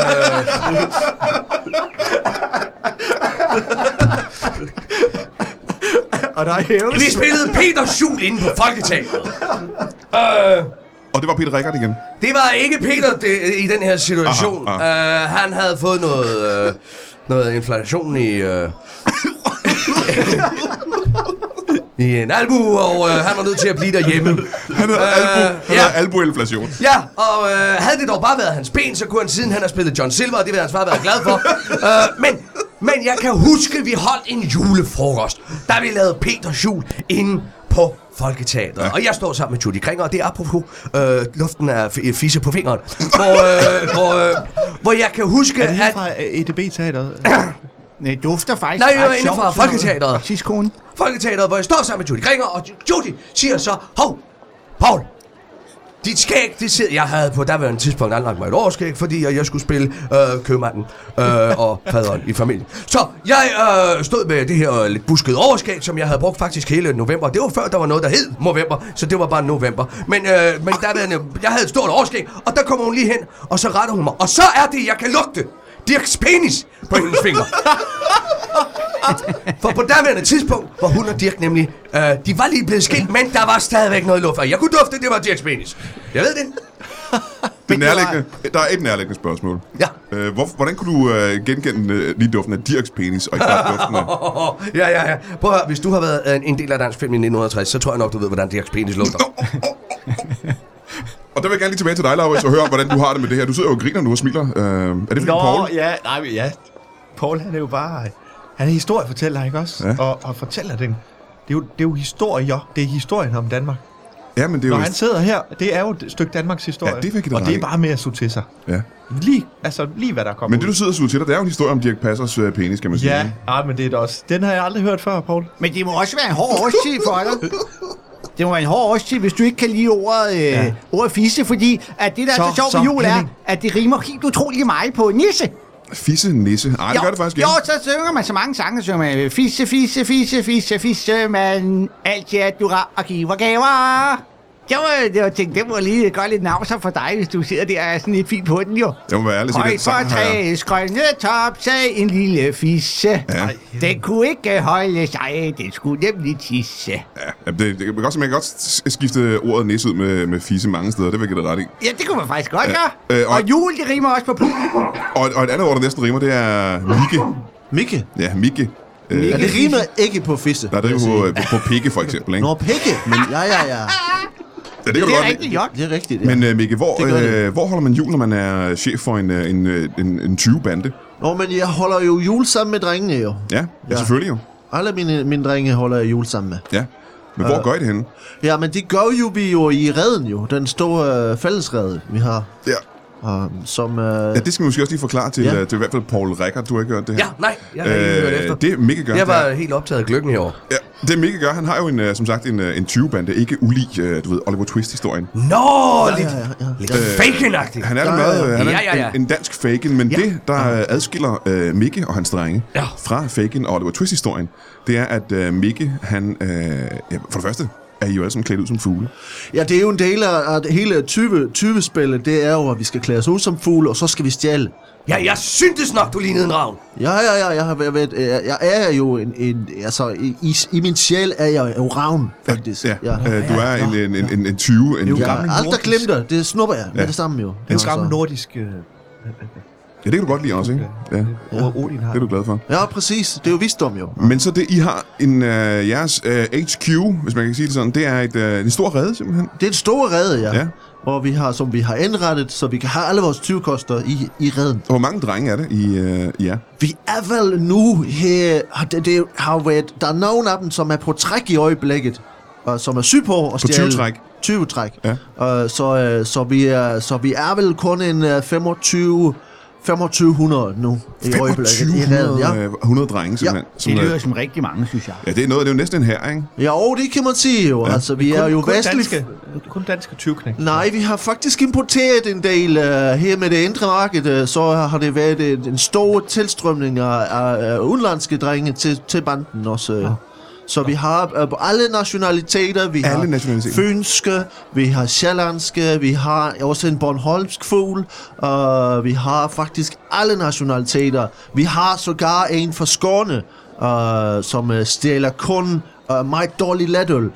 Og der er vi spillede Peters Jul inde på Folketeatret. Og det var Peter Rickard igen. Det var ikke Peter i den her situation. Han havde fået noget inflation i en albu, og han var nødt til at blive derhjemme. Han havde albuinflation. Ja, og havde det dog bare været hans ben, så kunne han siden han har spillet John Silver, og det vil hans far være glad for. Men jeg kan huske, vi holdt en julefrokost, da vi lavede Peters Jul inde på Folketeatret. Ja. Og jeg står sammen med Judy Kringer, og det er apropos luften af fisse på fingeren. Hvor jeg kan huske, at... Er det her fra EDB-teateret? Nej, det dufter faktisk... Nej, jeg er inde fra Folketeatret. Tidskronen. Folketeatret, hvor jeg står sammen med Judy Kringer, og Judy siger så, hov, Paul, dit skæg, det sidder... Jeg havde på daværende tidspunkt anlagt mig et overskæg, fordi jeg skulle spille købmanden og faderen i familien. Så jeg stod med det her lidt buskede overskæg, som jeg havde brugt faktisk hele november. Det var før, der var noget, der hed november, så det var bare november. Men daværende, jeg havde et stort overskæg, og der kommer hun lige hen, og så retter hun mig. Og så er det, jeg kan lugte Dirks penis på hendes finger. For på daværende tidspunkt var hun og Dirk nemlig, de var lige blevet skilt, men der var stadigvæk noget luft. Og jeg kunne dufte, det var Dirks penis. Jeg ved det. Der er et nærliggende spørgsmål. Ja. Hvordan kunne du genkende lige duften af Dirks penis, og ikke bare duften af... Ja. Prøv at høre, hvis du har været en del af dansk film i 1960, så tror jeg nok, du ved, hvordan Dirks penis lugter. Og der vil jeg gerne lige tilbage til dig, Laurits, og høre, hvordan du har det med det her. Du sidder jo og griner nu og smiler. Er det fordi Paul? Ja. Paul, han er jo bare... Han er historiefortæller, ikke også? Ja. Og fortæller den. Det er jo historier. Det er historien om Danmark. Ja, men det er Når jo... han sidder her, det er jo et stykke Danmarks historie. Ja, det og det er bare med at suge til sig. Ja. Lige hvad der kommer. Men det, du sidder og suger til dig, det er jo en historie om Dirch Passers penis, kan man sige. Ja, men det er det også. Den har jeg aldrig hørt før, Paul. Men det må også være en hård årstid for dig. Det må være en hård årstid, hvis du ikke kan lide ordet fisse, fordi at det, der er så sjovt med jul, er, at det rimer helt utroligt meget på nisse. Fisse, nisse. Ej, det gør det faktisk ikke. Jo, så synger man så mange sange, så synger man fisse, fisse, fisse, fisse, fisse, man altid at du og giver gaver. Det må lige gøre lidt navser for dig, hvis du sidder der og er sådan lidt fint på den, jo. Jeg må være ærlig, højt for træets grønne top, sagde en lille fisse. Ja. Den kunne ikke holde sig, den skulle nemlig tisse. Ja, man kan godt skifte ordet nisse ud med fisse mange steder, det vil jeg give dig ret i. Ja, det kunne man faktisk godt gøre. Og jul, det rimer også på puk. Og et andet ord, der næsten rimer, det er Mikke. Mikke? Ja, Mikke. Ja, det rimer ikke på fisse. Nej, det er på pikke, for eksempel, ikke? Nå, pikke? Men ja. Ja, det er rigtigt, jo. Det er rigtigt, ja. Men Mikke, hvor holder man jul, når man er chef for en 20-bande? Nå, men jeg holder jo jul sammen med drengene, jo. Ja, selvfølgelig jo. Alle mine drenge holder jeg jul sammen med. Ja, men hvor gør I det henne? Ja, men det gør vi jo i Reden, jo. Den store fællesrede, vi har. Ja. Som, ja, det skal vi måske også lige forklare til i hvert fald Paul Rickard. Du har ikke hørt det her? Ja, nej, jeg har ikke hørt efter. Det Mikke gør... Jeg var helt optaget af gløggen i år. Ja, det Mikke gør, han har jo som sagt en 20-bande, ikke ulig, du ved, Oliver Twist-historien. Nå, lidt faken-agtigt. Han er meget en dansk faken, men det, der adskiller Mikke og hans drenge fra faken og Oliver Twist-historien, det er, at Mikke, han, for det første, er I jo alle sammen klædt ud som fugle? Ja, det er jo en del af hele 20-spillet. Det er jo, at vi skal klæde os ud som fugle, og så skal vi stjæle. Ja, jeg syntes nok, du lignede en ravn. Ja. Jeg er jo altså, i min sjæl er jeg jo ravn, faktisk. Ja. Du er en 20. En gammel aldrig glemt det. Det snupper jeg med det samme, jo. En gammel nordisk... Ja, det kan du godt lide også, ikke? Ja. Odin har. Det er du glad for. Ja, præcis. Det er jo visdom, jo. Men så det, I har jeres HQ, hvis man kan sige det sådan, det er en stor rede, simpelthen? Det er en stor rede, ja. Hvor vi har indrettet, så vi kan have alle vores 20-koster i reden. Og hvor mange drenge er det i jer? Vi er vel nu her... Der er nogle af dem, som er på træk i øjeblikket. som er syg på at stjæle. 20 træk. 20 træk. Ja. Så vi er vel kun en 2500 nu i øjeblikket. 100 drenge, simpelthen. Ja, det lyder som rigtig mange, synes jeg. Ja, det er jo næsten en her, ikke? Jo, det kan man sige jo. Ja. Altså, vi er jo vestlige... Kun danske 20-knæk. Nej, vi har faktisk importeret en del her med det indre marked. Så har det været en stor tilstrømning af udenlandske drenge til banden også. Ja. Så vi har alle nationaliteter. Vi har fynske, vi har sjællandske, vi har også en bornholmsk fugl. Vi har faktisk alle nationaliteter. Vi har sågar en fra Skåne, som stjæler kun meget dårlig letøl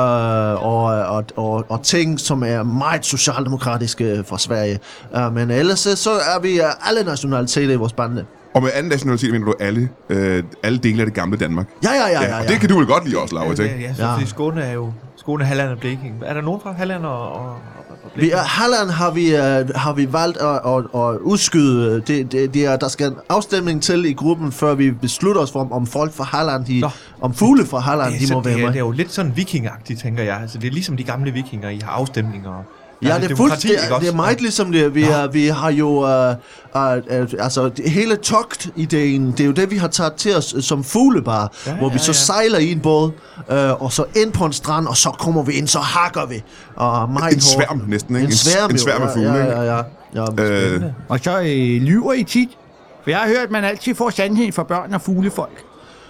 og ting, som er meget socialdemokratiske fra Sverige. Men ellers så er vi alle nationaliteter i vores bande. Og med anden nationalitet mener du alle dele af det gamle Danmark? Ja. Det kan du vel godt lide også, Laura, ikke? Ja, fordi Skåne er jo... Skåne, Halland og Blekinge. Er der nogen fra Halland og Blekinge? Halland har vi valgt at udskyde. Der skal afstemning til i gruppen, før vi beslutter os for, om folk fra Halland, om fugle fra Halland, de må være med. Det er jo lidt sådan vikingagtigt, tænker jeg. Altså, det er ligesom de gamle vikinger, I har afstemninger. Ja, det er meget ligesom det. Vi har jo altså hele togt-ideen, det er jo det, vi har taget til os som fuglebar, hvor vi så sejler i en båd, og så ind på en strand, og så kommer vi ind, så hakker vi. Og en sværm næsten, ikke? En sværm af fugle, ja. Og så lyver I tit, for jeg har hørt, at man altid får sandhed for børn og fuglefolk.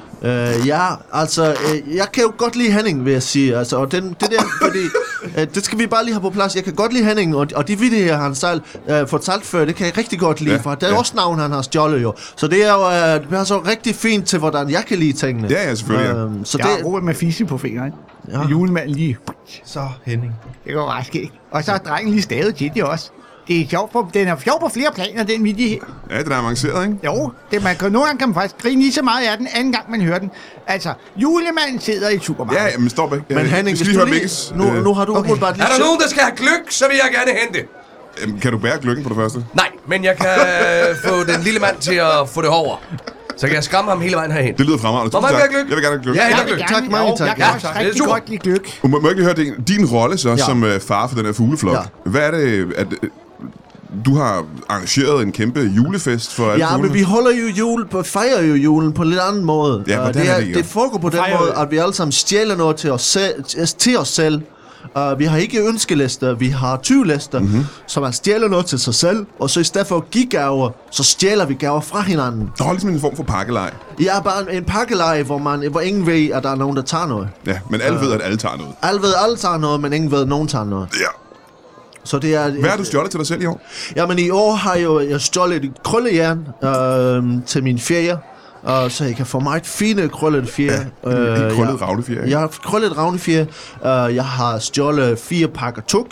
Jeg kan jo godt lide Henning, vil jeg sige. Altså, og det der, fordi det skal vi bare lige have på plads. Jeg kan godt lide Henning, og de videoer, han selv fortalt før, det kan jeg rigtig godt lide, for det er også navn, han har stjålet jo. Så det er jo det er så rigtig fint til, hvordan jeg kan lide tingene. Ja, selvfølgelig. Så jeg har roet med fisse på fingeren. Ja. Julemanden lige. Så Henning. Det går ret skægt. Og så er drengen lige stadig til det også. Det er sjovt den er sjov på flere planer, den video her. Ja, den er avanceret, ikke? Jo, nogle gange kan man faktisk grine lige så meget af den, anden gang man hører den. Altså, julemanden sidder i supermarkedet. Ja, men stop ikke. Men Henning, hvis du lige... Nu har du bare lige... Er der nogen, der skal have gløgg, så vil jeg gerne hente. Kan du bære gløggen på det første? Nej, men jeg kan få den lille mand til at få det over. Så kan jeg skræmme ham hele vejen herhen. Det lyder fremragende. Hvor meget vil jeg gløgg? Jeg vil gerne have gløgg. Ja, jeg vil gløgg. Tak, mange tak. Jeg kan også rigtig godt lide gløgg. Må jeg ikke lige høre din rolle så, som far for den her fugleflok? Ja. Hvad er det, at du har arrangeret en kæmpe julefest for alle fuglene? Men vi holder jo fejrer jo julen på en lidt anden måde. Ja, det foregår på den måde, at vi alle sammen stjæler noget til os selv. Vi har ikke ønskelister, vi har 20-lister, så man stjæler noget til sig selv, og så i stedet for at give gaver, så stjæler vi gaver fra hinanden. Det er ligesom en form for pakkelej. Ja, bare en pakkelej, hvor ingen ved, at der er nogen, der tager noget. Ja, men alle ved, at alle tager noget. Alle ved, at alle tager noget, men ingen ved, at nogen tager noget. Ja. Så det er, hvad har du stjålet til dig selv i år? Jamen i år har jeg stjålet et krøllejern til min fjer. Så jeg kan få meget fine krøllede fjer. En krøllet ravnefjer, ikke? Jeg har krøllet ravnefjer. Jeg har stjålet 4 pakker tuk.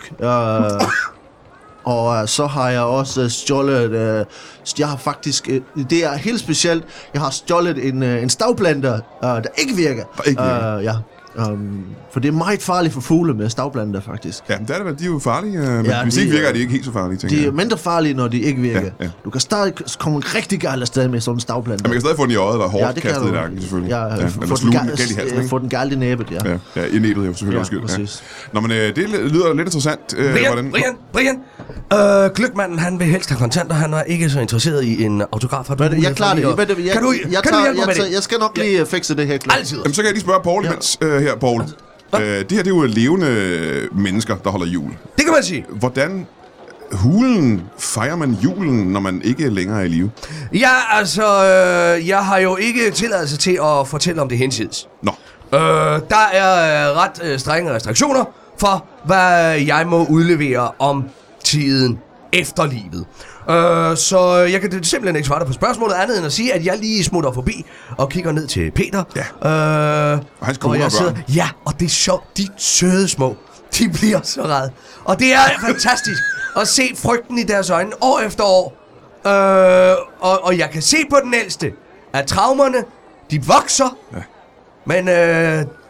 Og så har jeg også stjålet... jeg har faktisk... det er helt specielt. Jeg har stjålet en stavblander, der ikke virker. Ja. For det er meget farligt for fugle med stavblander, faktisk. Ja, det er det vel. De er jo farlige. Men hvis de ikke virker, er de ikke helt så farlige, de er mindre farlige, når de ikke virker. Ja. Du kan stadig komme rigtig galt afsted med sådan en stavblander. Ja, man kan stadig få den i øjet, eller hårdt kastet i nakken, selvfølgelig. Ja, få den galt i næbet, ja. I næbet, jo, selvfølgelig. Ja, præcis. Nå, men det lyder lidt interessant. Brian! Gløgmanden, han vil helst have kontanter. Han er ikke så interesseret i en autograf. Jeg klarer det. Kan du hjælpe med det? Jeg skal nok lige fikse det her. Altid. Jamen, så kan jeg lige spørge Paul imens her, Paul. Det her, det er jo levende mennesker, der holder jul. Det kan man sige. Hvordan hulen fejrer man julen, når man ikke længere er i live? Ja, altså, jeg har jo ikke tilladelse til at fortælle om det hensides. Nå. Der er ret strenge restriktioner for, hvad jeg må udlevere om tiden efter livet. Så jeg kan simpelthen ikke svare dig på spørgsmålet andet end at sige, at jeg lige smutter forbi og kigger ned til Peter. Ja. Og hans kone og børn. Ja, og det er sjovt. De søde små, de bliver så ræd. Og det er fantastisk at se frygten i deres øjne år efter år. Og jeg kan se på den ældste, at traumerne, de vokser. Ja. Men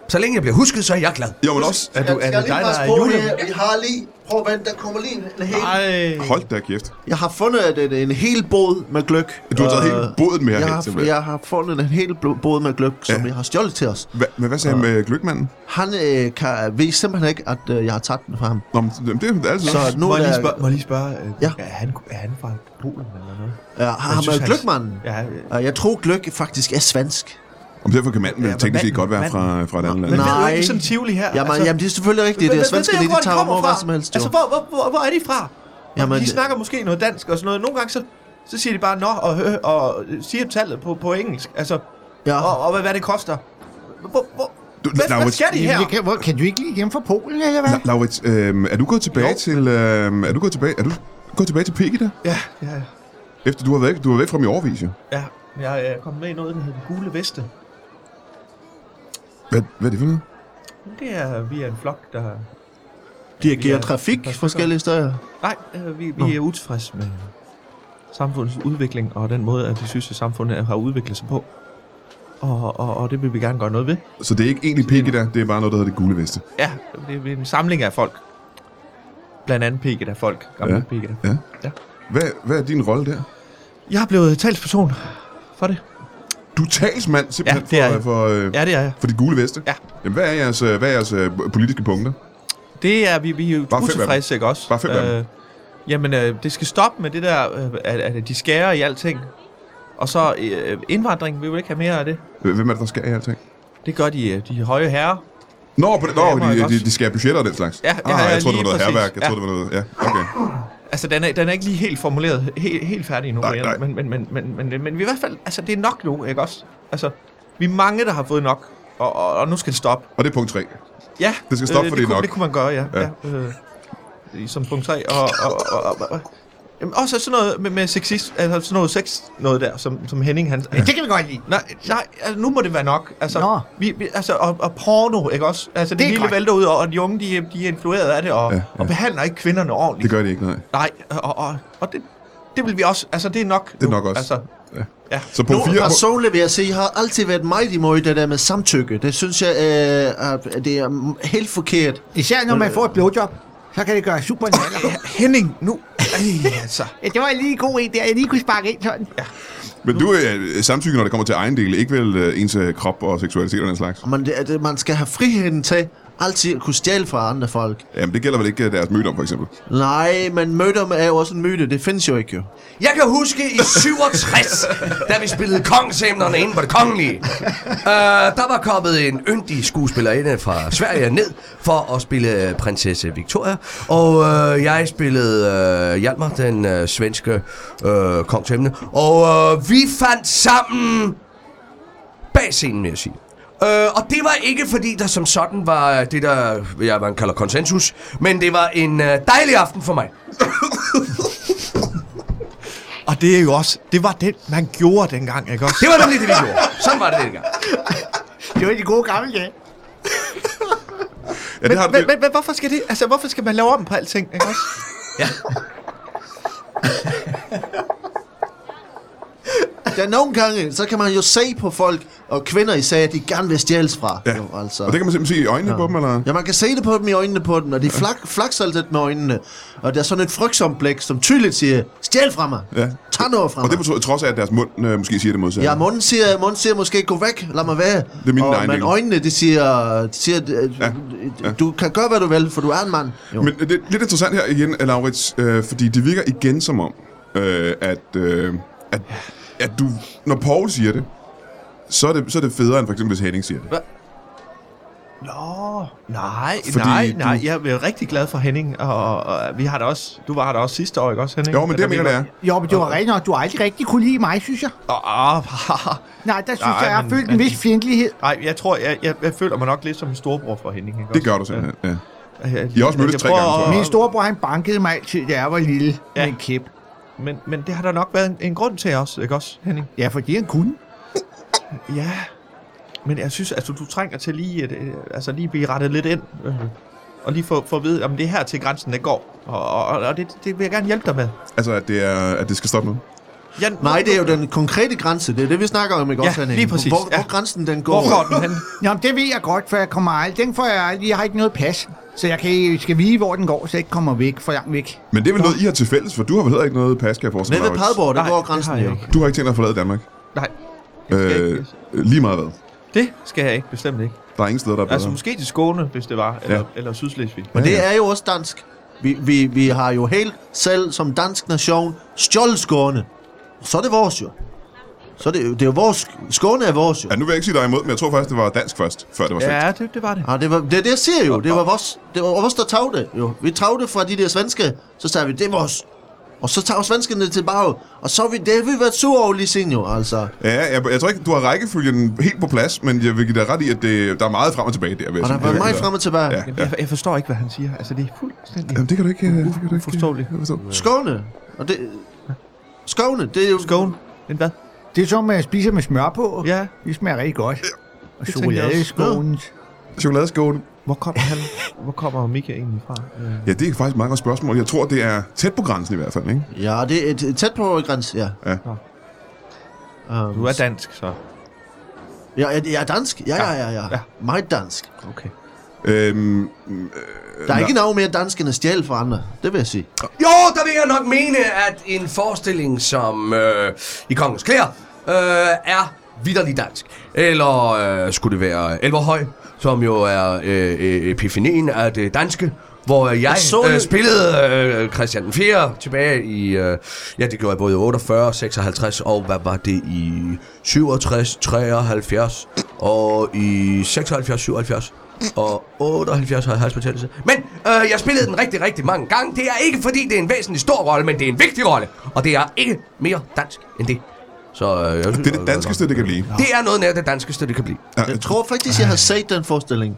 Så længe jeg bliver husket, så er jeg glad. Jo, men også... Er det dig, der er jule? Vi har lige... Prøv at vente, der kommer lige en hel... Hold da kæft. Jeg har fundet en hel båd med gløk. Du har taget hele båden med herhen, simpelthen. Jeg har fundet en hel båd med gløk, som jeg har stjålet til os. Men hvad sagde han med gløkmanden? Han ved simpelthen ikke, at jeg har taget den fra ham. Nå, det er altid. Så nu må jeg lige spørge, er han fra Polen eller noget? Ja, ham med gløkmanden? Ja. Jeg tror, gløk faktisk er svensk. Om derfor kan manden teknisk set godt være fra et andet land. Men ved du ikke sådan Tivoli her? Jamen, det er selvfølgelig rigtigt. Det er svenske, de tager over hvad som helst. Altså, hvor er de fra? Jamen, de snakker måske noget dansk og sådan noget. Nogle gange så siger de bare nå og siger tallet på engelsk. Altså, og hvad det koster. Hvad skal de her? Kan du ikke lige hjem fra Polen, eller hvad? Laurits, er du gået tilbage til... Er du gået tilbage til Pegida? Ja. Efter du var væk fra mig i årvis, jo. Ja, jeg er kommet med i noget, der hedder De Gule Veste. Hvad er det for noget? Det er, vi er en flok, der... Dirigerer trafik forskellige steder? Nej, vi er utilfredse med samfundets udvikling, og den måde, at vi synes, at samfundet har udviklet sig på. Og det vil vi gerne gøre noget ved. Så det er ikke egentlig Pegida, det er bare noget, der hedder Det Gule Veste? Ja, det er en samling af folk. Blandt andet Pegida-folk. Gamle Pegida. Ja. Hvad er din rolle der? Jeg er blevet talsperson for det. Du er talsmand simpelthen for det er jeg. For De Gule Veste? Ja. Jamen, hvad er jeres politiske punkter? Det er, vi er utilfredse, ikke også? Bare 5 af dem. Jamen, det skal stoppe med det der, at de skærer i alting. Og så indvandring, vi vil ikke have mere af det. Hvem er det, der skærer i alting? Det gør de høje herrer. De skærer budgetter og den slags? Ja, jeg troede, det var noget hærværk. Jeg troede, det var noget... Ja, okay. Altså, den er ikke lige helt formuleret, helt færdig nu. Nej. Men vi i hvert fald, altså, det er nok nu, ikke også? Altså, vi er mange, der har fået nok, og nu skal det stoppe. Og det er punkt 3? Ja. Det skal stoppe, for det er nok? Det kunne man gøre, ja. Som punkt 3. Også sådan noget med sexist, altså sådan noget sex, noget der, som Henning han... Ja, det kan vi godt lide. Nej, altså, nu må det være nok. Altså, og porno, ikke også? Altså, det hele vælter ud, og de unge, de er influeret af det, og behandler ikke kvinderne ordentligt. Det gør de ikke, nej. Nej, og det vil vi også, altså det er nok. Det er nok også. Altså, ja. Så på 4... Personligt vil jeg sige, jeg har altid været meget imod det der med samtykke. Det synes jeg, det er helt forkert. Især når man får et blowjob. Så kan det gøre super naller. Henning, nu... altså. Ja, det var lige god en der. Jeg lige kunne sparke ind sådan. Ja. Men du er samtykke, når det kommer til ejendele, ikke vel ens krop og seksualitet og den slags? Man skal have friheden til altid at kunne stjæle fra andre folk. Jamen, det gælder vel ikke deres mødom, for eksempel? Nej, men mødom er jo også en myte. Det findes jo ikke, jo. Jeg kan huske i 67, da vi spillede kongesemnerne inde på Det Kongelige. Der var kommet en yndig skuespillerinde fra Sverige ned for at spille prinsesse Victoria. Og jeg spillede Hjalmar, den svenske kongsemne. Og vi fandt sammen bag scenen, vil jeg sige. Og det var ikke fordi der som sådan var det der man kalder konsensus, men det var en dejlig aften for mig. Og det er jo også, det var det man gjorde dengang, ikke også? Det var nemlig det vi gjorde. Sådan var det dengang. Det var de gode gamle dage. Men hvorfor skal det? Altså hvorfor skal man lave om på alting, ikke også? Ja. Der er nogle gange, så kan man jo se på folk, og kvinder især, at de gerne vil stjæles fra. Ja. Jo, altså. Og det kan man simpelthen se i øjnene på dem, eller? Ja, man kan se det på dem i øjnene på dem, og de flakser lidt med øjnene. Og der er sådan et frygtsomt blik, som tydeligt siger, stjæl fra mig. Ja. Tag noget fra mig. Og det betyder trods af, at deres mund måske siger det modsatte. Ja, munden siger måske, gå væk, lad mig være. Det er min egen men øjnene, de siger du kan gøre, hvad du vil, for du er en mand. Jo. Men det er lidt interessant her igen, Laurits, fordi det virker igen som om, at du, når Paul siger det, så er det federe, end for eksempel, hvis Henning siger det. Nå, nej, jeg er rigtig glad for Henning, og vi har da også, du var der også sidste år, ikke også, Henning? Jo, men det mener det er. Jo, men det var rigtigt nok, du har aldrig rigtig kunne lide mig, synes jeg. Nej, der synes jeg har følt en vis fjendtlighed. Nej, jeg tror, jeg føler mig nok lidt som en storbror for Henning, ikke? Det gør du simpelthen, ja. I har også mødtes 3 gange, tror jeg. Min storebror, han bankede mig altid, da jeg var lille, med en kæp. Men det har der nok været en grund til også, ikke også, Henning? Ja, fordi han kunne. Ja, men jeg synes, altså, du trænger til lige blive rettet lidt ind, og lige få at vide, om det er her til grænsen, det går. Og det vil jeg gerne hjælpe dig med. Altså, at det skal stoppe nu? Nej, det er jo den konkrete grænse. Det er det, vi snakker om, ikke også? Lige præcis. Hvor grænsen den går. Hvor går den hen? Jamen, det ved jeg godt, for jeg kommer aldrig. Den får jeg aldrig. Jeg har ikke noget pas. Så jeg skal vide, hvor den går, så jeg ikke kommer væk, for langt væk. Men det er vel noget, I har til fælles, for du har vel heller ikke noget pas, kan jeg forestille mig. Nede ved Padborg, der går grænsen jo. Du har ikke tænkt dig at forlade Danmark? Nej. Lige meget hvad? Det skal jeg ikke, bestemt ikke. Der er ingen steder, der er bedre. Altså måske til Skåne, hvis det var, eller Sydslesvig. Men det er jo også dansk. Vi har jo helt selv som dansk nation stjålet Skåne. Så er det vores jo. Så det er jo vores. Skåne er vores jo. Ja, nu vil jeg ikke sige dig imod, men jeg tror faktisk, det var dansk først, før det var svensk. Ja, det var det. Ja, det jeg siger jo. Det var vores, der tog det jo. Vi tog det fra de der svenske, så sagde vi, det er vores. Og så tager svenskerne tilbage, og så det har vi været sur over lige siden jo, altså. Ja, jeg tror ikke, du har rækkefølgen helt på plads, men jeg vil give dig ret i, at der er meget frem og tilbage der. Og der var meget frem og tilbage. Ja. Jeg forstår ikke, hvad han siger. Altså, det er fuldstændig... Jamen, det kan du ikke... Uforståeligt. Skåne. Og det... Skåne, det er jo... Skåne. En hvad? Det er som, man spiser med smør på. Ja. Det smager rigtig godt. Og Det chokoladeskålen. Chokoladeskålen. Hvor kommer Mika egentlig fra? Ja, det er faktisk et meget godt spørgsmål. Jeg tror, det er tæt på grænsen i hvert fald, ikke? Ja, det er tæt på grænsen, ja. Du er dansk, så... Jeg er dansk. Ja. Meget dansk. Okay. Der er ikke noget mere dansk end at stjæle fra andre. Det vil jeg sige. Jo, der vil jeg nok mene, at en forestilling som i Kongens Klæder er vitterlig dansk. Eller skulle det være Elverhøj, som jo er epifanien af det danske, hvor jeg spillede Christian den 4. tilbage i, det gjorde jeg både i 48, 56 og hvad var det i 67, 73 og i 76, 77 og 78 har jeg halsbetændelse. Men jeg spillede den rigtig, rigtig mange gange. Det er ikke fordi det er en væsentlig stor rolle, men det er en vigtig rolle, og det er ikke mere dansk end det. Så jeg synes, det er det danskeste, det kan blive. Det er noget nær det danskeste, det kan blive. Jeg tror faktisk, jeg har set den forestilling.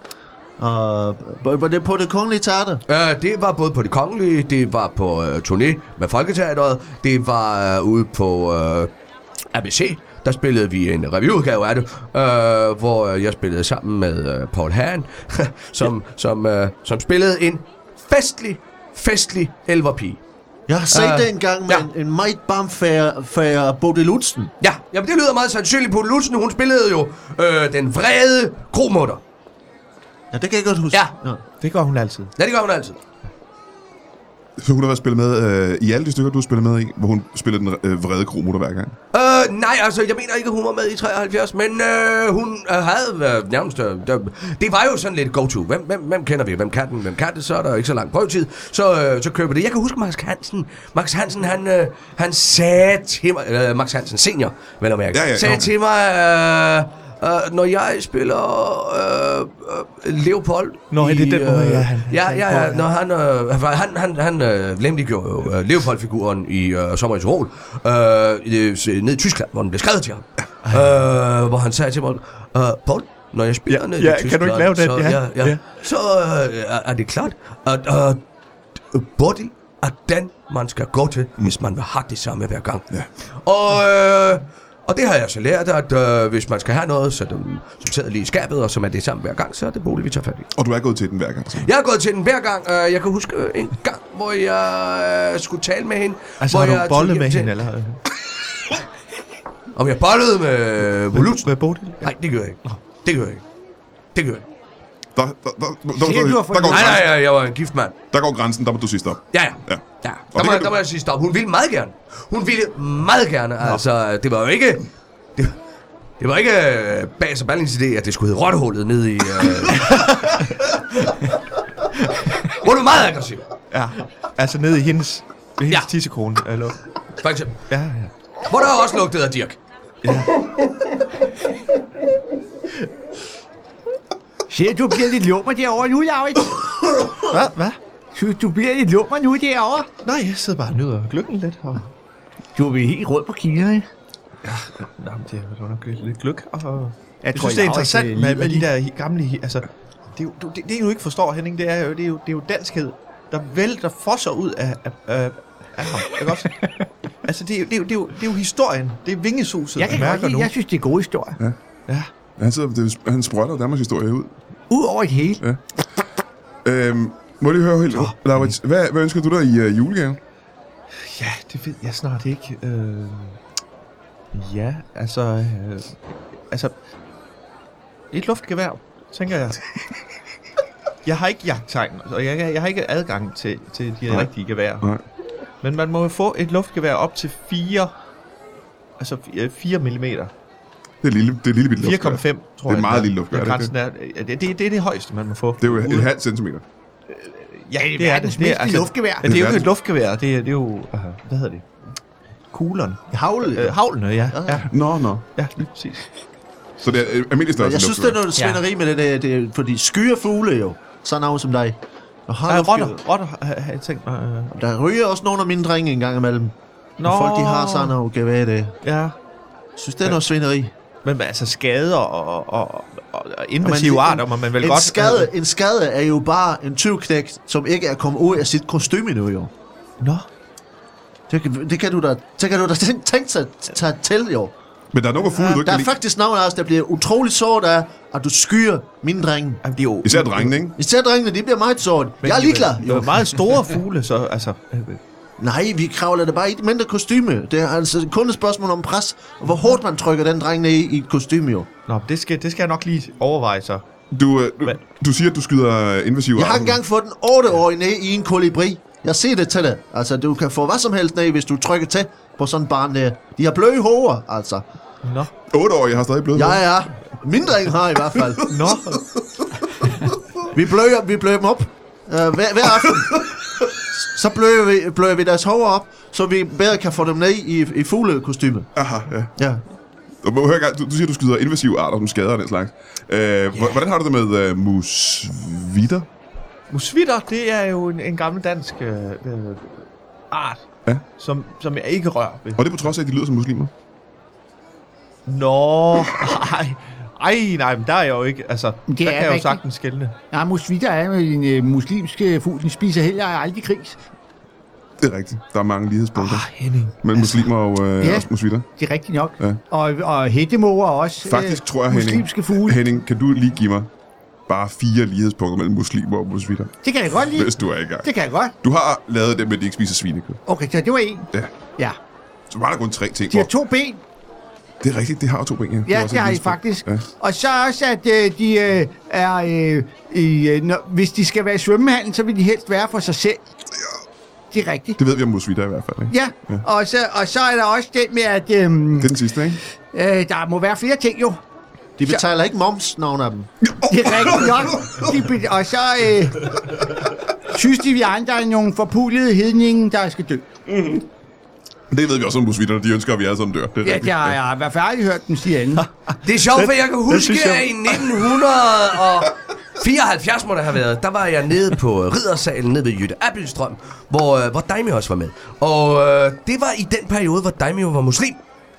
Var det på Det Kongelige Teater? Det var både på Det Kongelige, det var på turné med Folketeateret, det var ude på ABC. Der spillede vi en revyudgave af det, hvor jeg spillede sammen med Paul Hahn, som spillede en festlig elverpige. Jeg har set det engang med en meget bamfærd Bodil Lutzen. Ja, det lyder meget sandsynligt. Bodil Lutzen, hun spillede jo den vrede kromutter. Ja, det kan jeg godt huske. Ja, det gør hun altid. Ja, det gør hun altid. Så hun har været spillet med i alle de stykker, du har spillet med i, hvor hun spillede den vrede kromutter hver gang? Nej, altså, jeg mener ikke, at hun var med i 73, men hun havde nærmest... det var jo sådan lidt go-to. Hvem kender vi? Hvem kan det? Så er der ikke så lang prøvetid. Så køber det. Jeg kan huske Max Hansen, han sagde til mig... Max Hansen senior, vel at mærke. Sagde til mig... når jeg spiller Leopold. Nå, er det den måde, ja. Når han lemliggjorde jo Leopold-figuren i Sommer i Tyrol ned i Tyskland, hvor den blev skrevet til ham. Hvor han sagde til mig, Paul, når jeg spiller ned i Tyskland, kan du ikke lave den? Så er det klart, at Bodil er den, man skal gå til, hvis man vil have det samme hver gang. Ja. Og det har jeg så lært, at hvis man skal have noget, som sidder lige i skabet, og som er det samme hver gang, så er det Bodil, vi tager fat i. Og du er gået til den hver gang? Så. Jeg er gået til den hver gang. Jeg kan huske en gang, hvor jeg skulle tale med hende. Altså hvor har du jeg bollet med hende, eller? Om jeg bollede med Voluts? Med Bodil? Nej, det gør jeg ikke. Det gør jeg ikke. Der går Nej, jeg var en gift mand. Der går grænsen, der må du sige stop. Ja. Der må jeg sige stop. Hun ville meget gerne. Altså, det var jo ikke... Det var ikke Bas og Ballings idé, at det skulle hedde Rottehullet nede i... Hun var meget aggressiv. Ja, altså nede i hendes tissekrone, eller? For eksempel. Ja. Hvor der også lugtede af Dirk. Ja. Se, du bliver lidt lummer derovre nu, Laurits. Hvad? Synes du bliver lidt lummer nu derovre? Nej, jeg sidder bare og nyder gløggen lidt. Og... Du er helt rød på kiggerne. Ja, det er nok lidt gløk. Og... Jeg synes, det er interessant med de der gamle... Altså, det du ikke forstår, Henning, det er jo danskhed, der fosser ud af ham, ikke også? Altså, det er jo historien. Det er vingesuset, jeg mærker nu. Jeg synes, det er gode historier. Ja. Han sprøjter Danmarks historie ud. Ud over det hele. Ja. Må jeg lige høre helt, Laurits, hvad ønsker du dig i julegave? Ja, det ved jeg snart ikke. Ja, altså... et luftgevær, tænker jeg. Jeg har ikke jagttegn, og jeg har ikke adgang til de rigtige geværer. Nej. Men man må jo få et luftgevær op til 4 millimeter. Det er lille bitte luftgevær. 4,5, tror jeg. Det er et meget lille luftgevær. Det er det højeste, man må få. Det er jo et halvt centimeter. Ja, det er det. Det er luftgevær. Det er jo ikke et luftgevær, det er jo... hvad hedder det? Kuglerne. Havlene, ja. Nå. Ja, lige præcis. Så det er almindelig størrelse. Jeg synes, det er noget svineri med det der, fordi skyer fugle jo, sådan noget som dig. Rotter har jeg tænkt mig. Der ryger også nogle af mine drenge en gang imellem. Når folk de har sådan noget gevær det. Ja. Jeg synes, det er noget svineri. Men altså skader og invasive arter, må man vel godt... En skade er jo bare en tyvknægt, som ikke er kommet ud af sit kostyme nu jo. Nå. Det kan du da tænke sig tage til jo. Men der er nogle fugle, du ikke der er kan faktisk nogle af os, der bliver utroligt såret af, at du skyer mine drenge. Især drengene, ikke? Især drengene, de bliver meget såret. Jeg er ligeglad. Det er meget store fugle, så altså... Nej, vi kravler det bare i et mindre kostyme. Det er altså kun et spørgsmål om pres, og hvor hårdt man trykker den dreng ned i et kostyme jo. Nå, det skal jeg nok lige overveje så. Du siger, at du skyder invasive arter. Jeg har engang fået den 8-årige ned i en kolibri. Jeg ser det til dig. Altså, du kan få hvad som helst ned, hvis du trykker til på sådan en barn der. De har bløde hoveder, altså. Nå. 8-årige har stadig bløde hoveder? Ja. Mindre end har i hvert fald. Nå. Vi bløder dem op hver aften. Så bløder vi deres hoveder op, så vi bedre kan få dem ned i fuglekostyme. Aha, ja. Du siger, du skyder invasive arter, som skader den slags. Hvordan har du det med musvitter? Musvitter, det er jo en gammel dansk art, som jeg ikke rører ved. Og det er på trods af, at de lyder som muslimer? Nå, nej, men der er jeg jo ikke, altså, der kan jeg jo sagtens skelne. Nej, musvitter er jo en muslimsk fugl, den spiser heller aldrig gris. Det er rigtigt. Der er mange lighedspunkter. Henning. Mellem muslimer og også musvitter. Det er rigtigt nok. Ja. Og hættemåger også. Faktisk tror jeg, muslimske fugle. Henning, kan du lige give mig bare 4 lighedspunkter mellem muslimer og musvitter? Det kan jeg godt lide. Hvis du er i gang. Det kan jeg godt. Du har lavet det med, at de ikke spiser svinekød. Okay, så det var en. Ja. Så var der kun 3 ting. De har 2 ben. Det er rigtigt, det har 2 ben, ja. Ja, det har de faktisk. Ja. Og så også, at de hvis de skal være i svømmehallen, så vil de helst være for sig selv. Ja. Det er rigtigt. Det ved vi om musvitter i hvert fald, ikke? Ja. Og så er der også den med, at... det er den sidste, ikke? Der må være flere ting, jo. De betaler ikke moms, nogle af dem. Det er rigtigt nok. Og så synes vi andre er nogle forpulede hedningen, der skal dø. Mm-hmm. Det ved vi også om musvitterne. De ønsker, at vi alle sammen dør. Det er jeg har i hvert fald aldrig hørt dem sige andet. Det er sjovt, for jeg kan huske, at i 1974 må det have været, der var jeg nede på Riddersalen, nede ved Jytte Abildstrøm, hvor Daimio også var med. Og det var i den periode, hvor Daimio var muslim.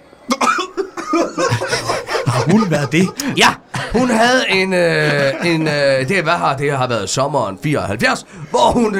Har hun været det? Ja, hun havde det har været sommeren 74, hvor hun...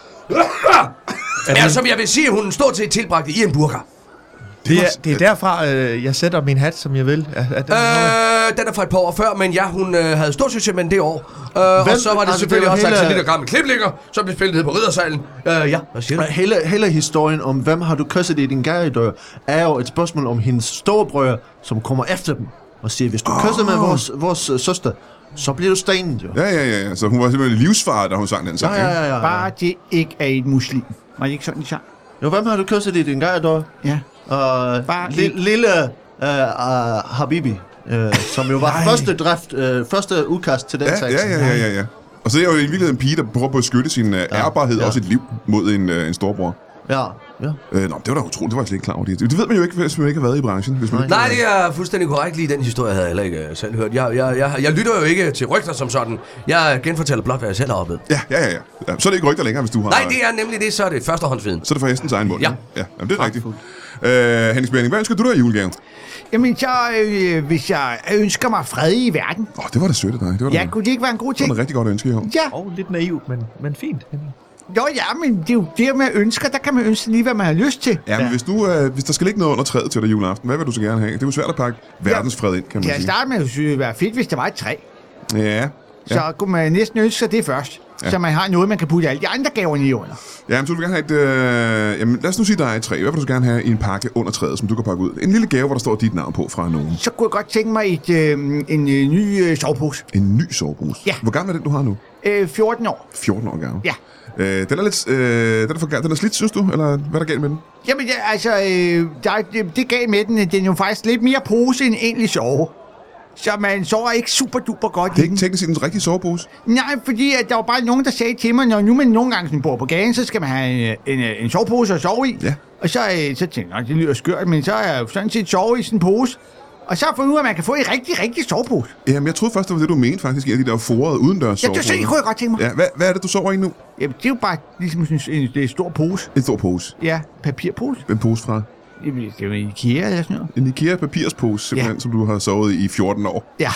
som jeg vil sige, hun stod til tilbragte i en burka. Det er derfra, jeg sætter min hat, som jeg vil. Den er fra et par år før, men ja, hun havde stor succes med det år. Og så var det selvfølgelig også en lille gammel kliplinger, som blev spillet ned på Riddersalen. Ja, hvad siger du? Hele historien om, hvem har du kysset i din garedør, er jo et spørgsmål om hendes storebrødre, som kommer efter dem og siger, hvis du kysser med vores søster, så bliver du stenet jo. Ja. Så hun var simpelthen livsfar, da hun sang den sang. Ja. Bare det ikke er et muslim. Var det ikke sådan, de sang? Jo, hvem har du kysset i din garedør? Ja. Lille Habibi, som jo var første udkast til den tekst. Ja. Og så er jeg jo i virkeligheden en pige, der prøver på at beskytte sin ærbarhed og sit liv mod en storbror. Ja. Det var da utroligt. Det var jeg slet ikke klar over. Det ved man jo ikke, hvis man ikke har været i branchen. Hvis man Nej, det er fuldstændig korrekt. Lige den historie havde jeg heller ikke selv hørt. Jeg lytter jo ikke til rygter som sådan. Jeg genfortæller blot, hvad jeg selv har oplevet. Ja. Så er det ikke rygter længere, hvis du har... Nej, det er nemlig det. Så er det førstehåndsviden. Så er det fra hestens egen mund. Ja. Jamen, det er rigtigt. Henning Spænding, hvad ønsker du dig i julegave? Jamen, så hvis jeg ønsker mig fred i verden. Det var da sødt af dig. Ja, kunne det ikke være en god ting? Det var rigtig godt ønske i år. Ja. Lidt naivt, men fint. Jo, ja, men det er jo det med ønsker, der kan man ønske lige, hvad man har lyst til. Ja, men hvis der skal ligge noget under træet til dig juleaften, hvad vil du så gerne have? Det er jo svært at pakke verdensfred ind, kan man sige. Til at starte med, det ville være fedt, hvis der var et træ. Ja. Så kunne man næsten ønske sig det først. Ja. Så man har noget, man kan putte alle de andre gaver i under. Ja, men så vil du gerne have et... jamen, lad os nu sige, der er et træ. Hvad vil du gerne have i en pakke under træet, som du kan pakke ud? En lille gave, hvor der står dit navn på fra nogen. Så kunne jeg godt tænke mig en ny sovepose. En ny sovepose? Ja. Hvor gammel er den, du har nu? 14 år. 14 år gammel? Ja. Den er lidt... den er slidt, synes du? Eller hvad er der galt med den? Jamen, det galt med den. Den er jo faktisk lidt mere pose end egentlig sove. Så man sover ikke super duper godt. Det er ikke teknisk set en rigtig sovepose? Nej, fordi at der var bare nogen, der sagde til mig, når nu man nogle gange bor på gaden, så skal man have en sovepose at sove i. Ja. Og så tænkte jeg, det lyder skørt, men så er jeg jo sådan set sovet i sådan en pose. Og så har jeg fundet ud af, at man kan få en rigtig sovepose. Jamen, jeg troede først, det var det, du mente faktisk, at de der forede udendørs soveposer. Ja, det kunne jeg godt tænke mig. Ja, hvad er det, du sover i nu? Jamen, det er jo bare ligesom en stor pose. En stor pose? Ja, papirpose. En pose fra? Det er jo en IKEA eller sådan noget. En IKEA-papirspose, simpelthen, som du har sovet i 14 år. Ja.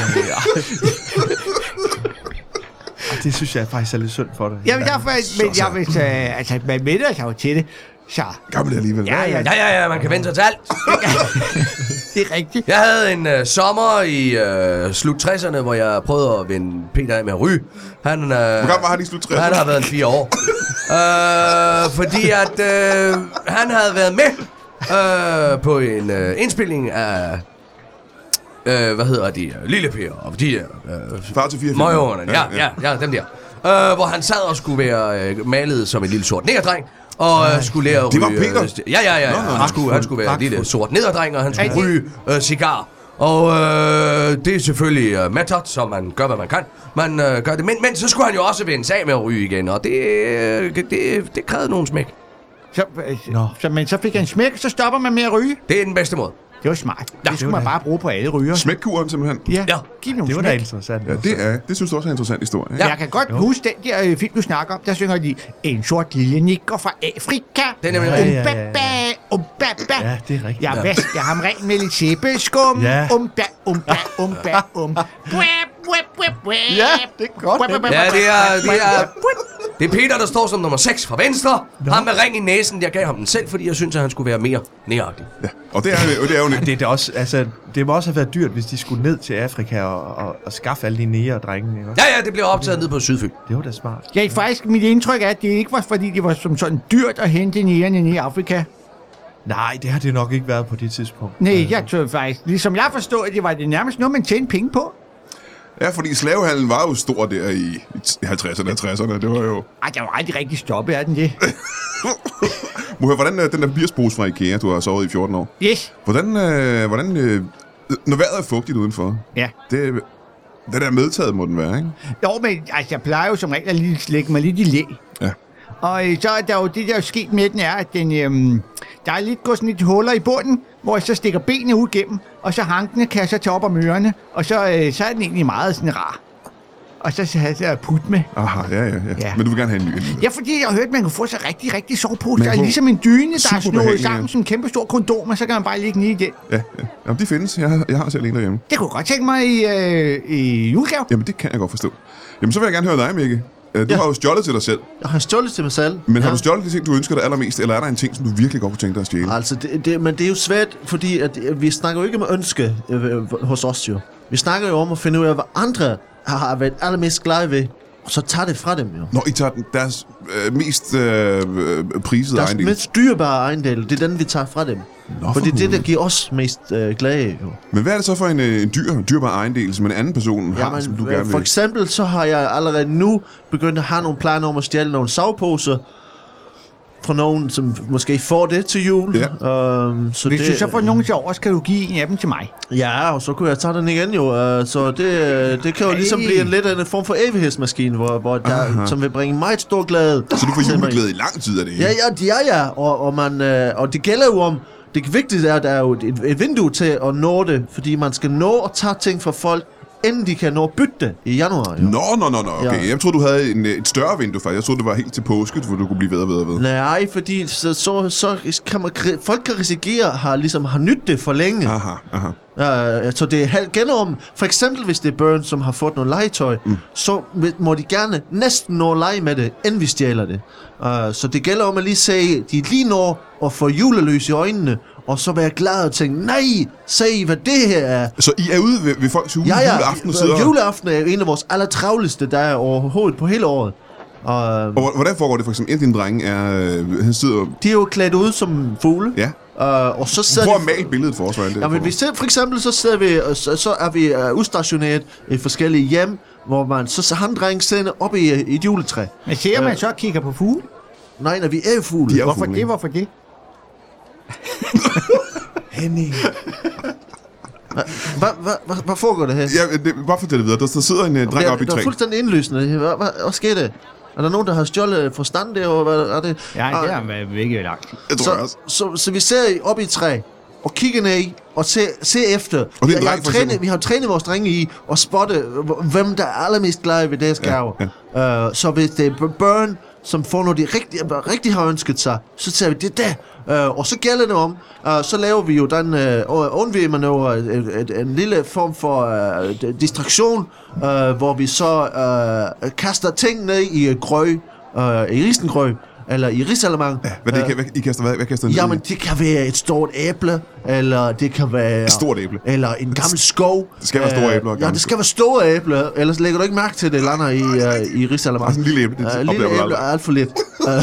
Det synes jeg faktisk er lidt synd for dig. Jamen, man vender sig jo til det. Så. Gammel alligevel. Ja, man kan vende sig til alt. Det er rigtigt. Jeg havde en sommer i slut 60'erne, hvor jeg prøvede at vende Peter af med at ryge. Hvor gammel var han i slut 60'erne? Han har været en 4 år. Fordi at han havde været med på en indspilning af... hvad hedder de? Lille Per og de Far til 4 møgeårene. Ja, dem der. Hvor han sad og skulle være malet som en lille sort negerdreng. Og skulle lære at ryge... Det var Peter? Ja. Han skulle være en lille sort nederdreng, og han skulle ryge cigar. Og det er selvfølgelig method, så man gør, hvad man kan. Man gør det. Men så skulle han jo også vende af med at ryge igen, og det krævede nogle smæk. Men så fik han smæk, så stopper man med at ryge? Det er den bedste måde. Det var smart. Ja, det skulle man bare bruge på alle ryger. Smækkuren simpelthen? Ja. Giv nogle det var smæk. da interessant. Ja, det synes du også er en interessant historie. Ja. Jeg kan godt huske den der film, du snakker om. Der synger de, en sort lille nigger fra Afrika. Den er nemlig Umbaba. Ja, det er rigtigt. Jeg vasker ham ren med lidt sæbeskum. Ja. Umba. Ja, det er godt. Ja, det er Peter, der står som nummer 6 fra venstre. Ham med ring i næsen. Jeg gav ham den selv, fordi jeg synes, at han skulle være mere næragtig. Ja, og det er jo det er også, altså, det må også have været dyrt, hvis de skulle ned til Afrika og skaffe alle de nære drenge. Ja, det blev optaget ned på Sydfyn. Det var da smart. Ja, faktisk mit indtryk er, at det ikke var, fordi det var som sådan dyrt at hente nærerne ned i Afrika. Nej, det har det nok ikke været på det tidspunkt. Nej, jeg tror faktisk, ligesom jeg forstod, at det var det nærmest noget, man tjente penge på. Ja, fordi slavehandlen var jo stor der i 50'erne og 60'erne. Det var jo... Ej, der var aldrig rigtig stoppet, er den det? Hvordan den der papirspose fra IKEA, du har sovet i 14 år? Yes. Hvordan når vejret er fugtigt udenfor? Ja. Det der medtaget må den være, ikke? Jo, men altså, jeg plejer jo som regel at lige slække mig lidt i læ. Ja. Og så er der jo det, der er sket med den, er, at den, der er lidt gået sådan lidt huller i bunden, hvor jeg så stikker benene ud gennem, og så hankene kan jeg så tage op om ørerne, og så er den egentlig meget sådan rar. Og så har jeg put med. Aha, ja. Men du vil gerne have en ny. Ja, fordi jeg har hørt, at man kan få så rigtig sovepose. Der er ligesom en dyne, der er snået sammen som en kæmpe stor kondom, og så kan man bare ligge ned i den. Ja. Jamen, de findes. Jeg har selv en derhjemme. Det kunne jeg godt tænke mig i julegave. Jamen, det kan jeg godt forstå. Jamen, så vil jeg gerne høre dig, Mikke. Du har jo stjålet til dig selv. Jeg har stjålet til mig selv. Men har du stjålet de ting, du ønsker dig allermest, eller er der en ting, som du virkelig godt kunne tænke dig at stjæle? Altså, men det er jo svært, fordi at vi snakker jo ikke om ønske hos os jo. Vi snakker jo om at finde ud af, hvad andre har været allermest glade ved, og så tager det fra dem jo. Når I tager deres mest prisede ejendel. Deres mest dyrebare ejendel, det er den, vi tager fra dem. Fordi det er det, der giver os mest glade jo. Men hvad er det så for en dyrbar ejendel, som en anden person har, som du gerne vil? For eksempel så har jeg allerede nu begyndt at have nogle planer om at stjæle nogle soveposer fra nogen, som måske får det til jul. Ja. Så hvis du så får nogen til over, skal du give en af dem til mig. Ja, og så kunne jeg tage den igen jo. Så det kan jo ligesom blive en form for evighedsmaskine, hvor der, som vil bringe meget stor glæde. Så du får juleglæde i lang tid af det? Ja. Og det gælder jo om, det vigtige er, at der er jo et vindue til at nå det, fordi man skal nå at tage ting fra folk, inden de kan nå at bytte det i januar. Jo. Nå, okay. Ja. Jeg troede, du havde et større vindue, faktisk. Jeg troede, det var helt til påske, hvor du kunne blive ved. Nej, fordi så kan folk kan risikere at har nydt det for længe. Aha. Så det gælder om, for eksempel hvis det er børn, som har fået noget legetøj, så må de gerne næsten nå at lege med det, inden vi stjæler det. Så det gælder om at lige sige, de lige når at få julelys i øjnene, og så være glad og tænke, nej, se hvad det her er. Så I er ude ved folks juleaften? Juleaften er en af vores allertravleste dage overhovedet på hele året. Og hvordan foregår det for eksempel? En af dine drenge han sidder... De er jo klædt ud som fugle. Ja. Og så sidder prøv at male billedet for os, hvordan det ja, men for eksempel så er vi udstationeret i forskellige hjem, hvor man så har en dreng siddende oppe i et juletræ. Men ser man så og kigger på fugle? Nej, vi er jo fugle. Hvorfor det? Henning. Hvad foregår det her? Ja, bare fortæl det videre. Der sidder en dreng oppe i træ. Det er fuldstændig indlysende. Hvad sker det? Er der nogen, der har stjålet forstand derovre? Hvad er det? Ja, det har vi ikke lagt. Så vi ser oppe i et træ og kigger ned og ser efter. Og vi har trænet vores drenge i at spotte, hvem der er allermest glade ved deres gave. Ja. Så hvis det er børn, som får noget, de rigtig har ønsket sig, så tager vi det der. Og så gælder det om, så laver vi jo den undvigemanøvre, en lille form for distraktion, hvor vi så kaster ting ned i grøg, i risengrøg, eller i risalemang. Ja, hvad kaster den? Jamen, det kan være et stort æble, eller det kan være... Et stort æble? Eller en gammel skov. Det skal være store æbler. Ja, det skal være store æbler, ellers lægger du ikke mærke til, det lander i risalemang. Altså en lille æble, det lille æble er alt for lidt.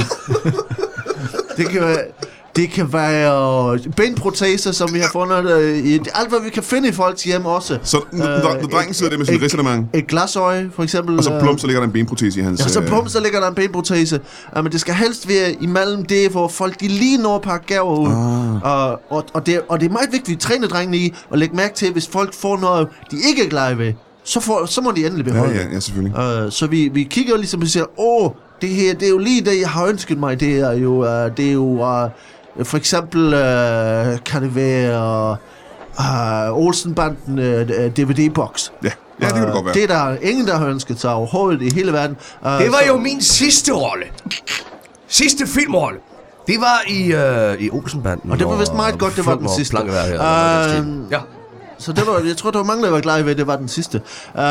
Det kan være benproteser, som vi har fundet alt, hvad vi kan finde i folks hjem også. Så når drengen sidder der med sin risalemang? Et glasøje, for eksempel. Og så plum, så ligger der en benprotese i hans... Ja, så plum, så ligger der en benprotese. Men det skal helst være imellem det, hvor folk de lige når at pakke gaver ud. Og det er meget vigtigt, at vi træner drengene i at lægge mærke til, hvis folk får noget, de ikke er glade ved, så må de endelig beholde. Ja, selvfølgelig. Så vi kigger ligesom og siger, det her, det er jo lige det, jeg har ønsket mig. Det er jo for eksempel kan det være Olsenbanden DVD-boks. Ja, det kan det godt være. Det er der ingen, der har ønsket sig overhovedet i hele verden. Det var jo min sidste rolle. Sidste filmrolle. Det var i Olsenbanden. Og det var vist meget godt, det var den sidste. Ja. Så det var, jeg tror, der var mange, der var glade ved, det var den sidste.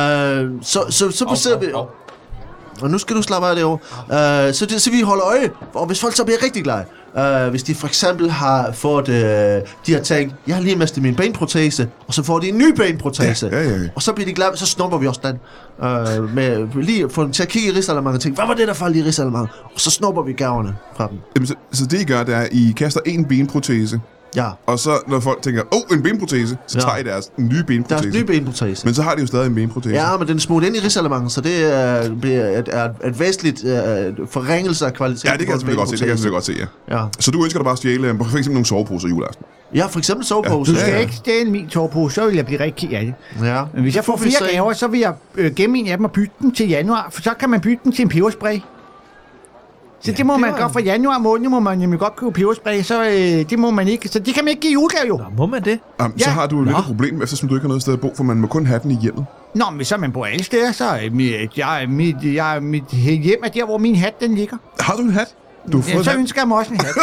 Så besøger vi... Og nu skal du slappe af derovre. Så vi holder øje, og hvis folk så bliver rigtig glade, hvis de for eksempel har fået, de har tænkt, jeg har lige mistet min benprotese, og så får de en ny benprotese, og så bliver de glade, så snupper vi også den, med lige få dem til at kigge i risalemang og tænke, hvad var det, der faldt i risalemang? Og så snupper vi gaverne fra dem. Jamen, så det I gør, det er, at I kaster en benprotese, ja. Og så når folk tænker, en benprotese, så tager I deres nye benprotese. Deres nye benprotese. Men så har de jo stadig en benprotese. Ja, men den er smurt ind i risalemangen, så det er et væsentligt forringelse af kvalitet. Ja, det kan jeg selvfølgelig godt se, ja. Så du ønsker dig bare at stjæle for eksempel nogle soveposer i juleaften? Ja, for eksempel soveposer. Du skal ikke stjæle min sovepose, så vil jeg blive rigtig ked af det. Ja. Men hvis jeg får 4 gaver, så vil jeg gemme en af dem og bytte den til januar, for så kan man bytte den til en peberspray. Så det må man godt fra januar måned, må man nemlig godt købe peberspray, så det må man ikke. Så det kan man ikke give julegave jo. Nå, må man det? Så har du lidt et problem, eftersom du ikke har noget sted at bo, for man må kun have den i hjemmet. Nå, men så man bor alle steder, så mit hjem er der, hvor min hat den ligger. Har du en hat? Så ønsker jeg mig også en hat.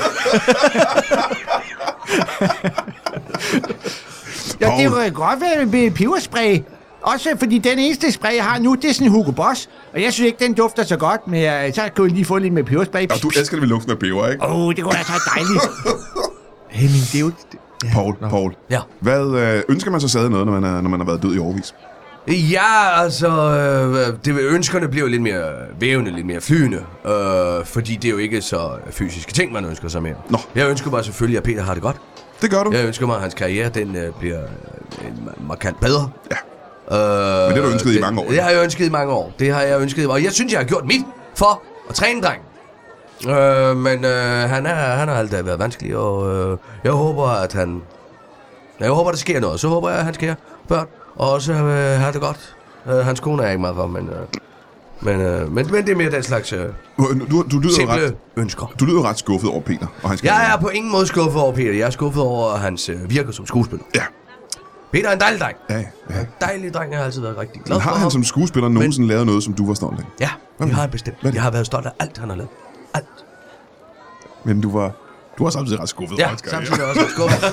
Det kunne godt være med peberspray. Også fordi den eneste spray, jeg har nu, det er sådan en Hugo Boss. Og jeg synes ikke, den dufter så godt, men så kan jeg lige få lidt med peberspray. Og du elsker det ved lugten af peber, ikke? Det kunne være så dejligt. Henning, det er jo... Paul. Ja. Hvad ønsker man så stadig noget, når man har været død i årevis? Ja, altså, ønskerne bliver lidt mere vævende, lidt mere flydende, fordi det er jo ikke så fysiske ting, man ønsker sig mere. Nå. Jeg ønsker mig selvfølgelig, at Peter har det godt. Det gør du. Jeg ønsker mig, at hans karriere, den bliver markant bedre. Ja. Men det har du ønsket i mange år. Det har jeg ønsket i mange år. Og jeg synes, jeg har gjort mit for at træne drengen. Men han har altid været vanskelig, og jeg håber, at der sker noget. Så håber jeg, at han sker børn, og også har det godt. Hans kone er ikke meget for, men det er mere den slags simple ønsker. Du lyder ret skuffet over Peter og hans karriere. Jeg er på ingen måde skuffet over Peter. Jeg er skuffet over hans virke som skuespiller. Ja. Peter er en dejlig dreng. Ja. En dejlig dreng, jeg har altid været rigtig glad for. Har han som skuespiller nogensinde lavet noget, som du var stolt af? Ja, det har han bestemt. Jeg har været stolt af alt, han har lavet. Alt. Men du var samtidig ret skuffet. Ja, samtidig også ret skuffet.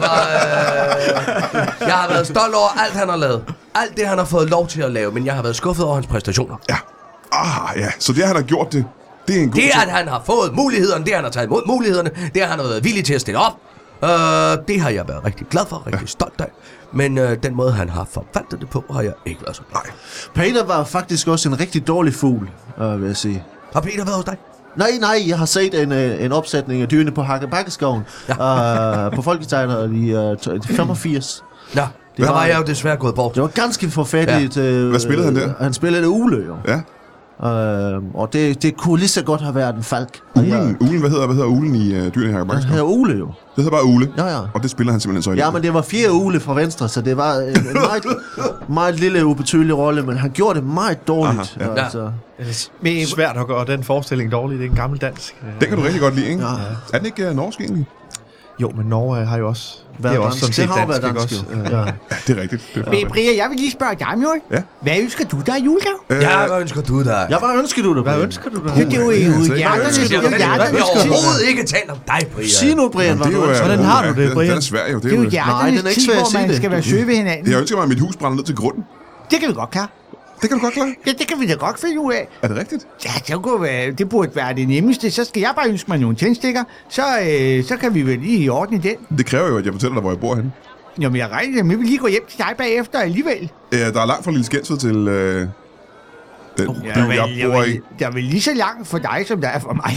Jeg har været stolt over alt, han har lavet. Alt det, han har fået lov til at lave, men jeg har været skuffet over hans præstationer. Ja. Ja. Så det, han har gjort det er en god ting. Det, at han har fået mulighederne, det, han har taget imod mulighederne, det, at han har været villig til at stille op, Det har jeg været rigtig glad for, rigtig stolt af. Men den måde, han har forvaltet det på, har jeg ikke været så glad. Peter var faktisk også en rigtig dårlig fugl, vil jeg sige. Har Peter været hos dig? Nej, jeg har set en opsætning af Dyrene på Hakkebakkeskoven på Folketeatret i 85. Ja, der var jeg jo desværre gået bort. Det var ganske forfærdeligt. Ja. Hvad spillede han der? Han spillede en ugle, jo. Ja. Og det kunne lige så godt have været en falk. Ulen, hvad hedder ulen i Dyrene i Hakkebakkeskoven? Han hedder Ule, jo. Det hedder bare Ule? Ja. Og det spiller han simpelthen så i? Ja, men det var 4 ugle fra venstre, så det var en meget lille, ubetydelig rolle, men han gjorde det meget dårligt. Aha, ja. Altså. Det er svært at gøre den forestilling dårlig. Det er en gammel dansk. Den kan du rigtig godt lide, ikke? Ja. Er den ikke norsk egentlig? Jo, men Norge har jo også... Det er også sådan set dansk, ikke også? Ja, det er rigtigt. Men Brian, jeg vil lige spørge dig, Mjørn. Ja? Hvad ønsker du dig i julegave? Hvad ønsker du dig? Ja, hvad ønsker du dig? Hvad ønsker du dig? Det er jo hjerternes. Jeg har overhovedet ikke talt om dig, Brian. Sig nu, Brian, hvad du ønsker. Hvordan har du det, Brian? Den er svær jo. Det er jo hjerternes tid, hvor man skal være søge ved hinanden. Jeg ønsker mig, at mit hus brænder ned til grunden. Det kan vi godt klare. Det kan du godt klare. Ja, det kan vi da godt finde ud af. Er det rigtigt? Ja, det burde være det nemmeste. Så skal jeg bare ønske mig nogle tændstikker. Så kan vi vel lige i orden i den. Det kræver jo, at jeg fortæller dig, hvor jeg bor henne. Jamen, jeg regner med, at vi lige går hjem til dig bagefter alligevel. Der er langt fra Lille Skensved til den by, jeg bor i. Der er vel lige så langt for dig, som der er for mig.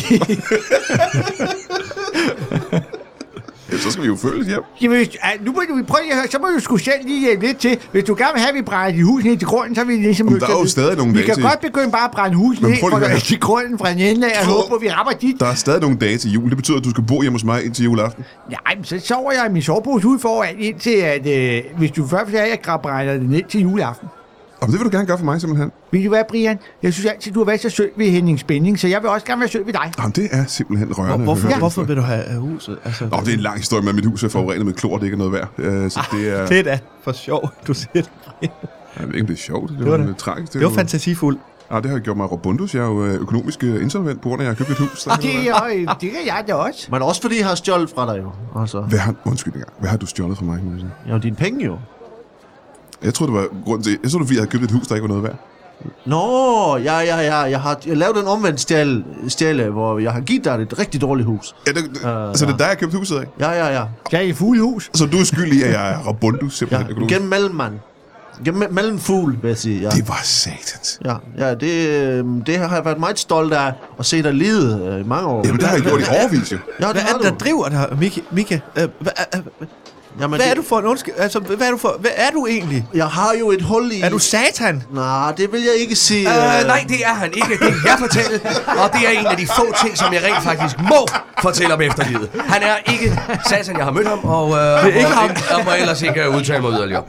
Så skal vi jo følges hjem. Jamen, nu må du prøve at høre, så må du sgu selv lige hjælpe lidt til. Hvis du gerne vil have, at vi brænder dit hus ned til grunden, så er vi ligesom... Men der er jo stadig nogle dage til... Vi kan godt begynde bare at brænde huset ned til grunden fra en ende af, og håber, vi rammer dit. Der er stadig nogle dage til jul. Det betyder, at du skal bo hjemme hos mig indtil juleaften. Nej, men så sover jeg i min sovepose ude foran, indtil at... hvis du først vil have, at jeg brænder det ned til juleaften. Og det vil du gerne gøre for mig, simpelthen. Ved du hvad, Brian? Jeg synes altid, du har været så sød ved Henning Spænding, så jeg vil også gerne være sød ved dig. Jamen, det er simpelthen rørende. Hvorfor vil du have huset? Altså, det er en lang historie med, at mit hus er forurenet med klor, det ikke er noget værd. Så det er... Det er da for sjov, du siger det. Jeg ved ikke, om det er sjovt. Det var lidt tragisk. Det var fantasifuldt. Ja, det har gjort mig robundus. Jeg er jo økonomisk insolvent på grund af, at jeg har købt et hus. Og det kan jeg da også. Men også fordi jeg har stjålet fra dig, jo. Altså. Hvad har du stjålet fra mig? Ja, dine penge, jo. Jeg troede, det var grunden til... Jeg troede, fordi jeg havde købt et hus, der ikke var noget værd. Nå, ja. Jeg har lavet en omvendt stjæle, hvor jeg har givet dig et rigtig dårligt hus. Ja, det er dig, jeg købt huset af? Ja. Jeg er i fuglehus. Så du er skyld i, at jeg er robundus, simpelthen økonomisk? Gennem mellemmand. Gennem fugl, vil jeg sige. Ja. Det var satans. Ja, det har jeg været meget stolt af at se dig lide i mange år. Jamen, det har jeg gjort i årevis, jo. Ja, hvad er det, der driver dig, Mika? Hvad er du for en undskyld? Altså, hvad er du egentlig? Jeg har jo et hul i... Er du satan? Nej, det vil jeg ikke sige. Nej, det er han ikke. Det kan jeg fortælle. Og det er en af de få ting, som jeg rent faktisk må fortælle om efterlivet. Han er ikke satan, jeg har mødt ham, og jeg må ellers ikke udtale mig yderligere.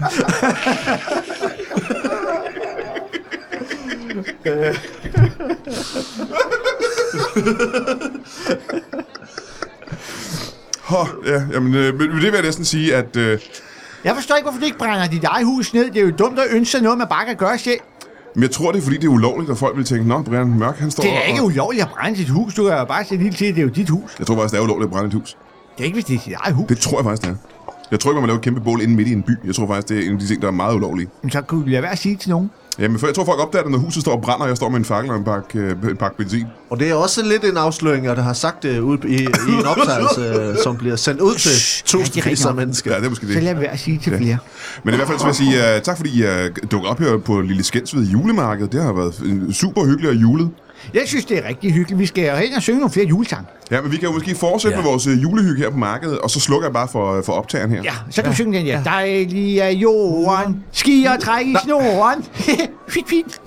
Jamen, det vil jeg næsten sige, at... Jeg forstår ikke, hvorfor du ikke brænder dit eget hus ned. Det er jo dumt at ønske sig noget, man bare kan gøre selv. Men jeg tror, det er fordi, det er ulovligt, og folk vil tænke, nå, Brian Mørk, han står... Det er ikke ulovligt at brænde sit hus. Du kan jo bare sætte helt til, at det er jo dit hus. Jeg tror faktisk, det er ulovligt at brænde et hus. Det er ikke, hvis det er sit eget hus. Det tror jeg faktisk, det er. Jeg tror ikke, man må lave et kæmpe bål inde midt i en by. Jeg tror faktisk, det er en af de ting, der er meget ulovlige. Men så kunne du lade være at sige til nogen. Jamen, for jeg tror, folk opdager det, når huset står og brænder, og jeg står med en fakkel og en pakke benzin. Og det er også lidt en afsløring, at der har sagt det ud i en optagelse, som bliver sendt ud til tusindvis af mennesker. Ja, det er måske det. Så lad være at sige til flere. Men i hvert fald så vil jeg sige, tak fordi I dukker op her på Lille Skensved julemarked. Det har været super hyggeligt og julet. Jeg synes, det er rigtig hyggeligt. Vi skal hen og synge nogle flere julesange. Ja, men vi kan jo måske fortsætte med vores julehygge her på markedet, og så slukker jeg bare for optageren her. Ja, så kan vi synge den her. Dejlig er jorden, skier træk i snoren. Fint, fint.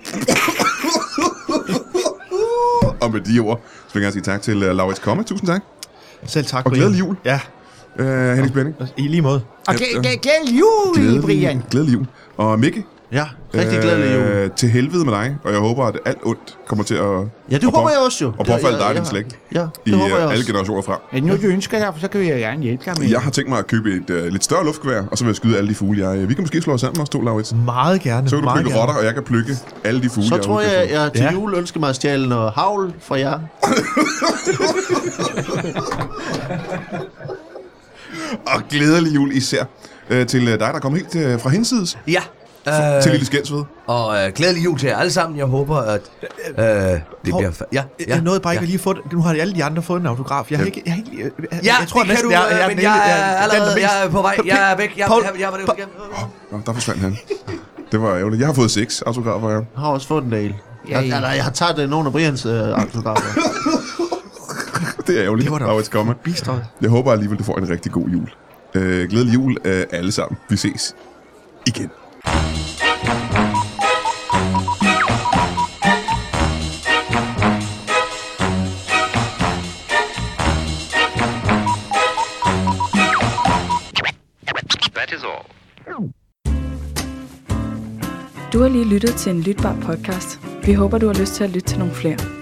Og med de ord, så vil jeg gerne sige tak til Laurits Komme. Tusind tak. Selv tak, og glædelig jul. Ja. Henning Spænding. I lige måde. Og glædelig jul, Brian. Glædelig jul. Og Mikke. Ja, rigtig glædelig jul. Til helvede med dig, og jeg håber, at alt ondt kommer til at... Ja, det håber jeg også jo. Og påfalde dig din slægt. Ja, det håber jeg også. Alle generationer frem. Er det noget, du ønsker dig, for så kan vi gerne hjælpe dig med. Jeg har tænkt mig at købe et lidt større luftgevær, og så vil jeg skyde alle de fugle, vi kan måske slå os sammen også, to, Laurits. Meget gerne. Så kan du plukke rotter, og jeg kan plukke alle de fugle, så tror jeg til jul ønsker mig at stjæle noget havl fra jer. Og glædelig jul især til dig, der kom helt fra hensides. Ja. Til lille Skældsved. Og glædelig jul til jer alle sammen. Jeg håber, at det bliver... Jeg nåede bare ikke at lige få det. Nu har alle de andre fået en autograf. Jeg tror det næsten, jeg er på vej. Jeg er væk. Jeg der forsvandt han. Det var ærgerligt. Jeg har fået 6 autografer, Jeg har også fået en del. Jeg har taget nogle af Brians autografer. Det er ærgerligt. Det var da jeg håber alligevel, du får en rigtig god jul. Glædelig jul alle sammen. Vi ses igen. That is all. Du har lige lyttet til en lytbar podcast. Vi håber, du har lyst til at lytte til nogle flere.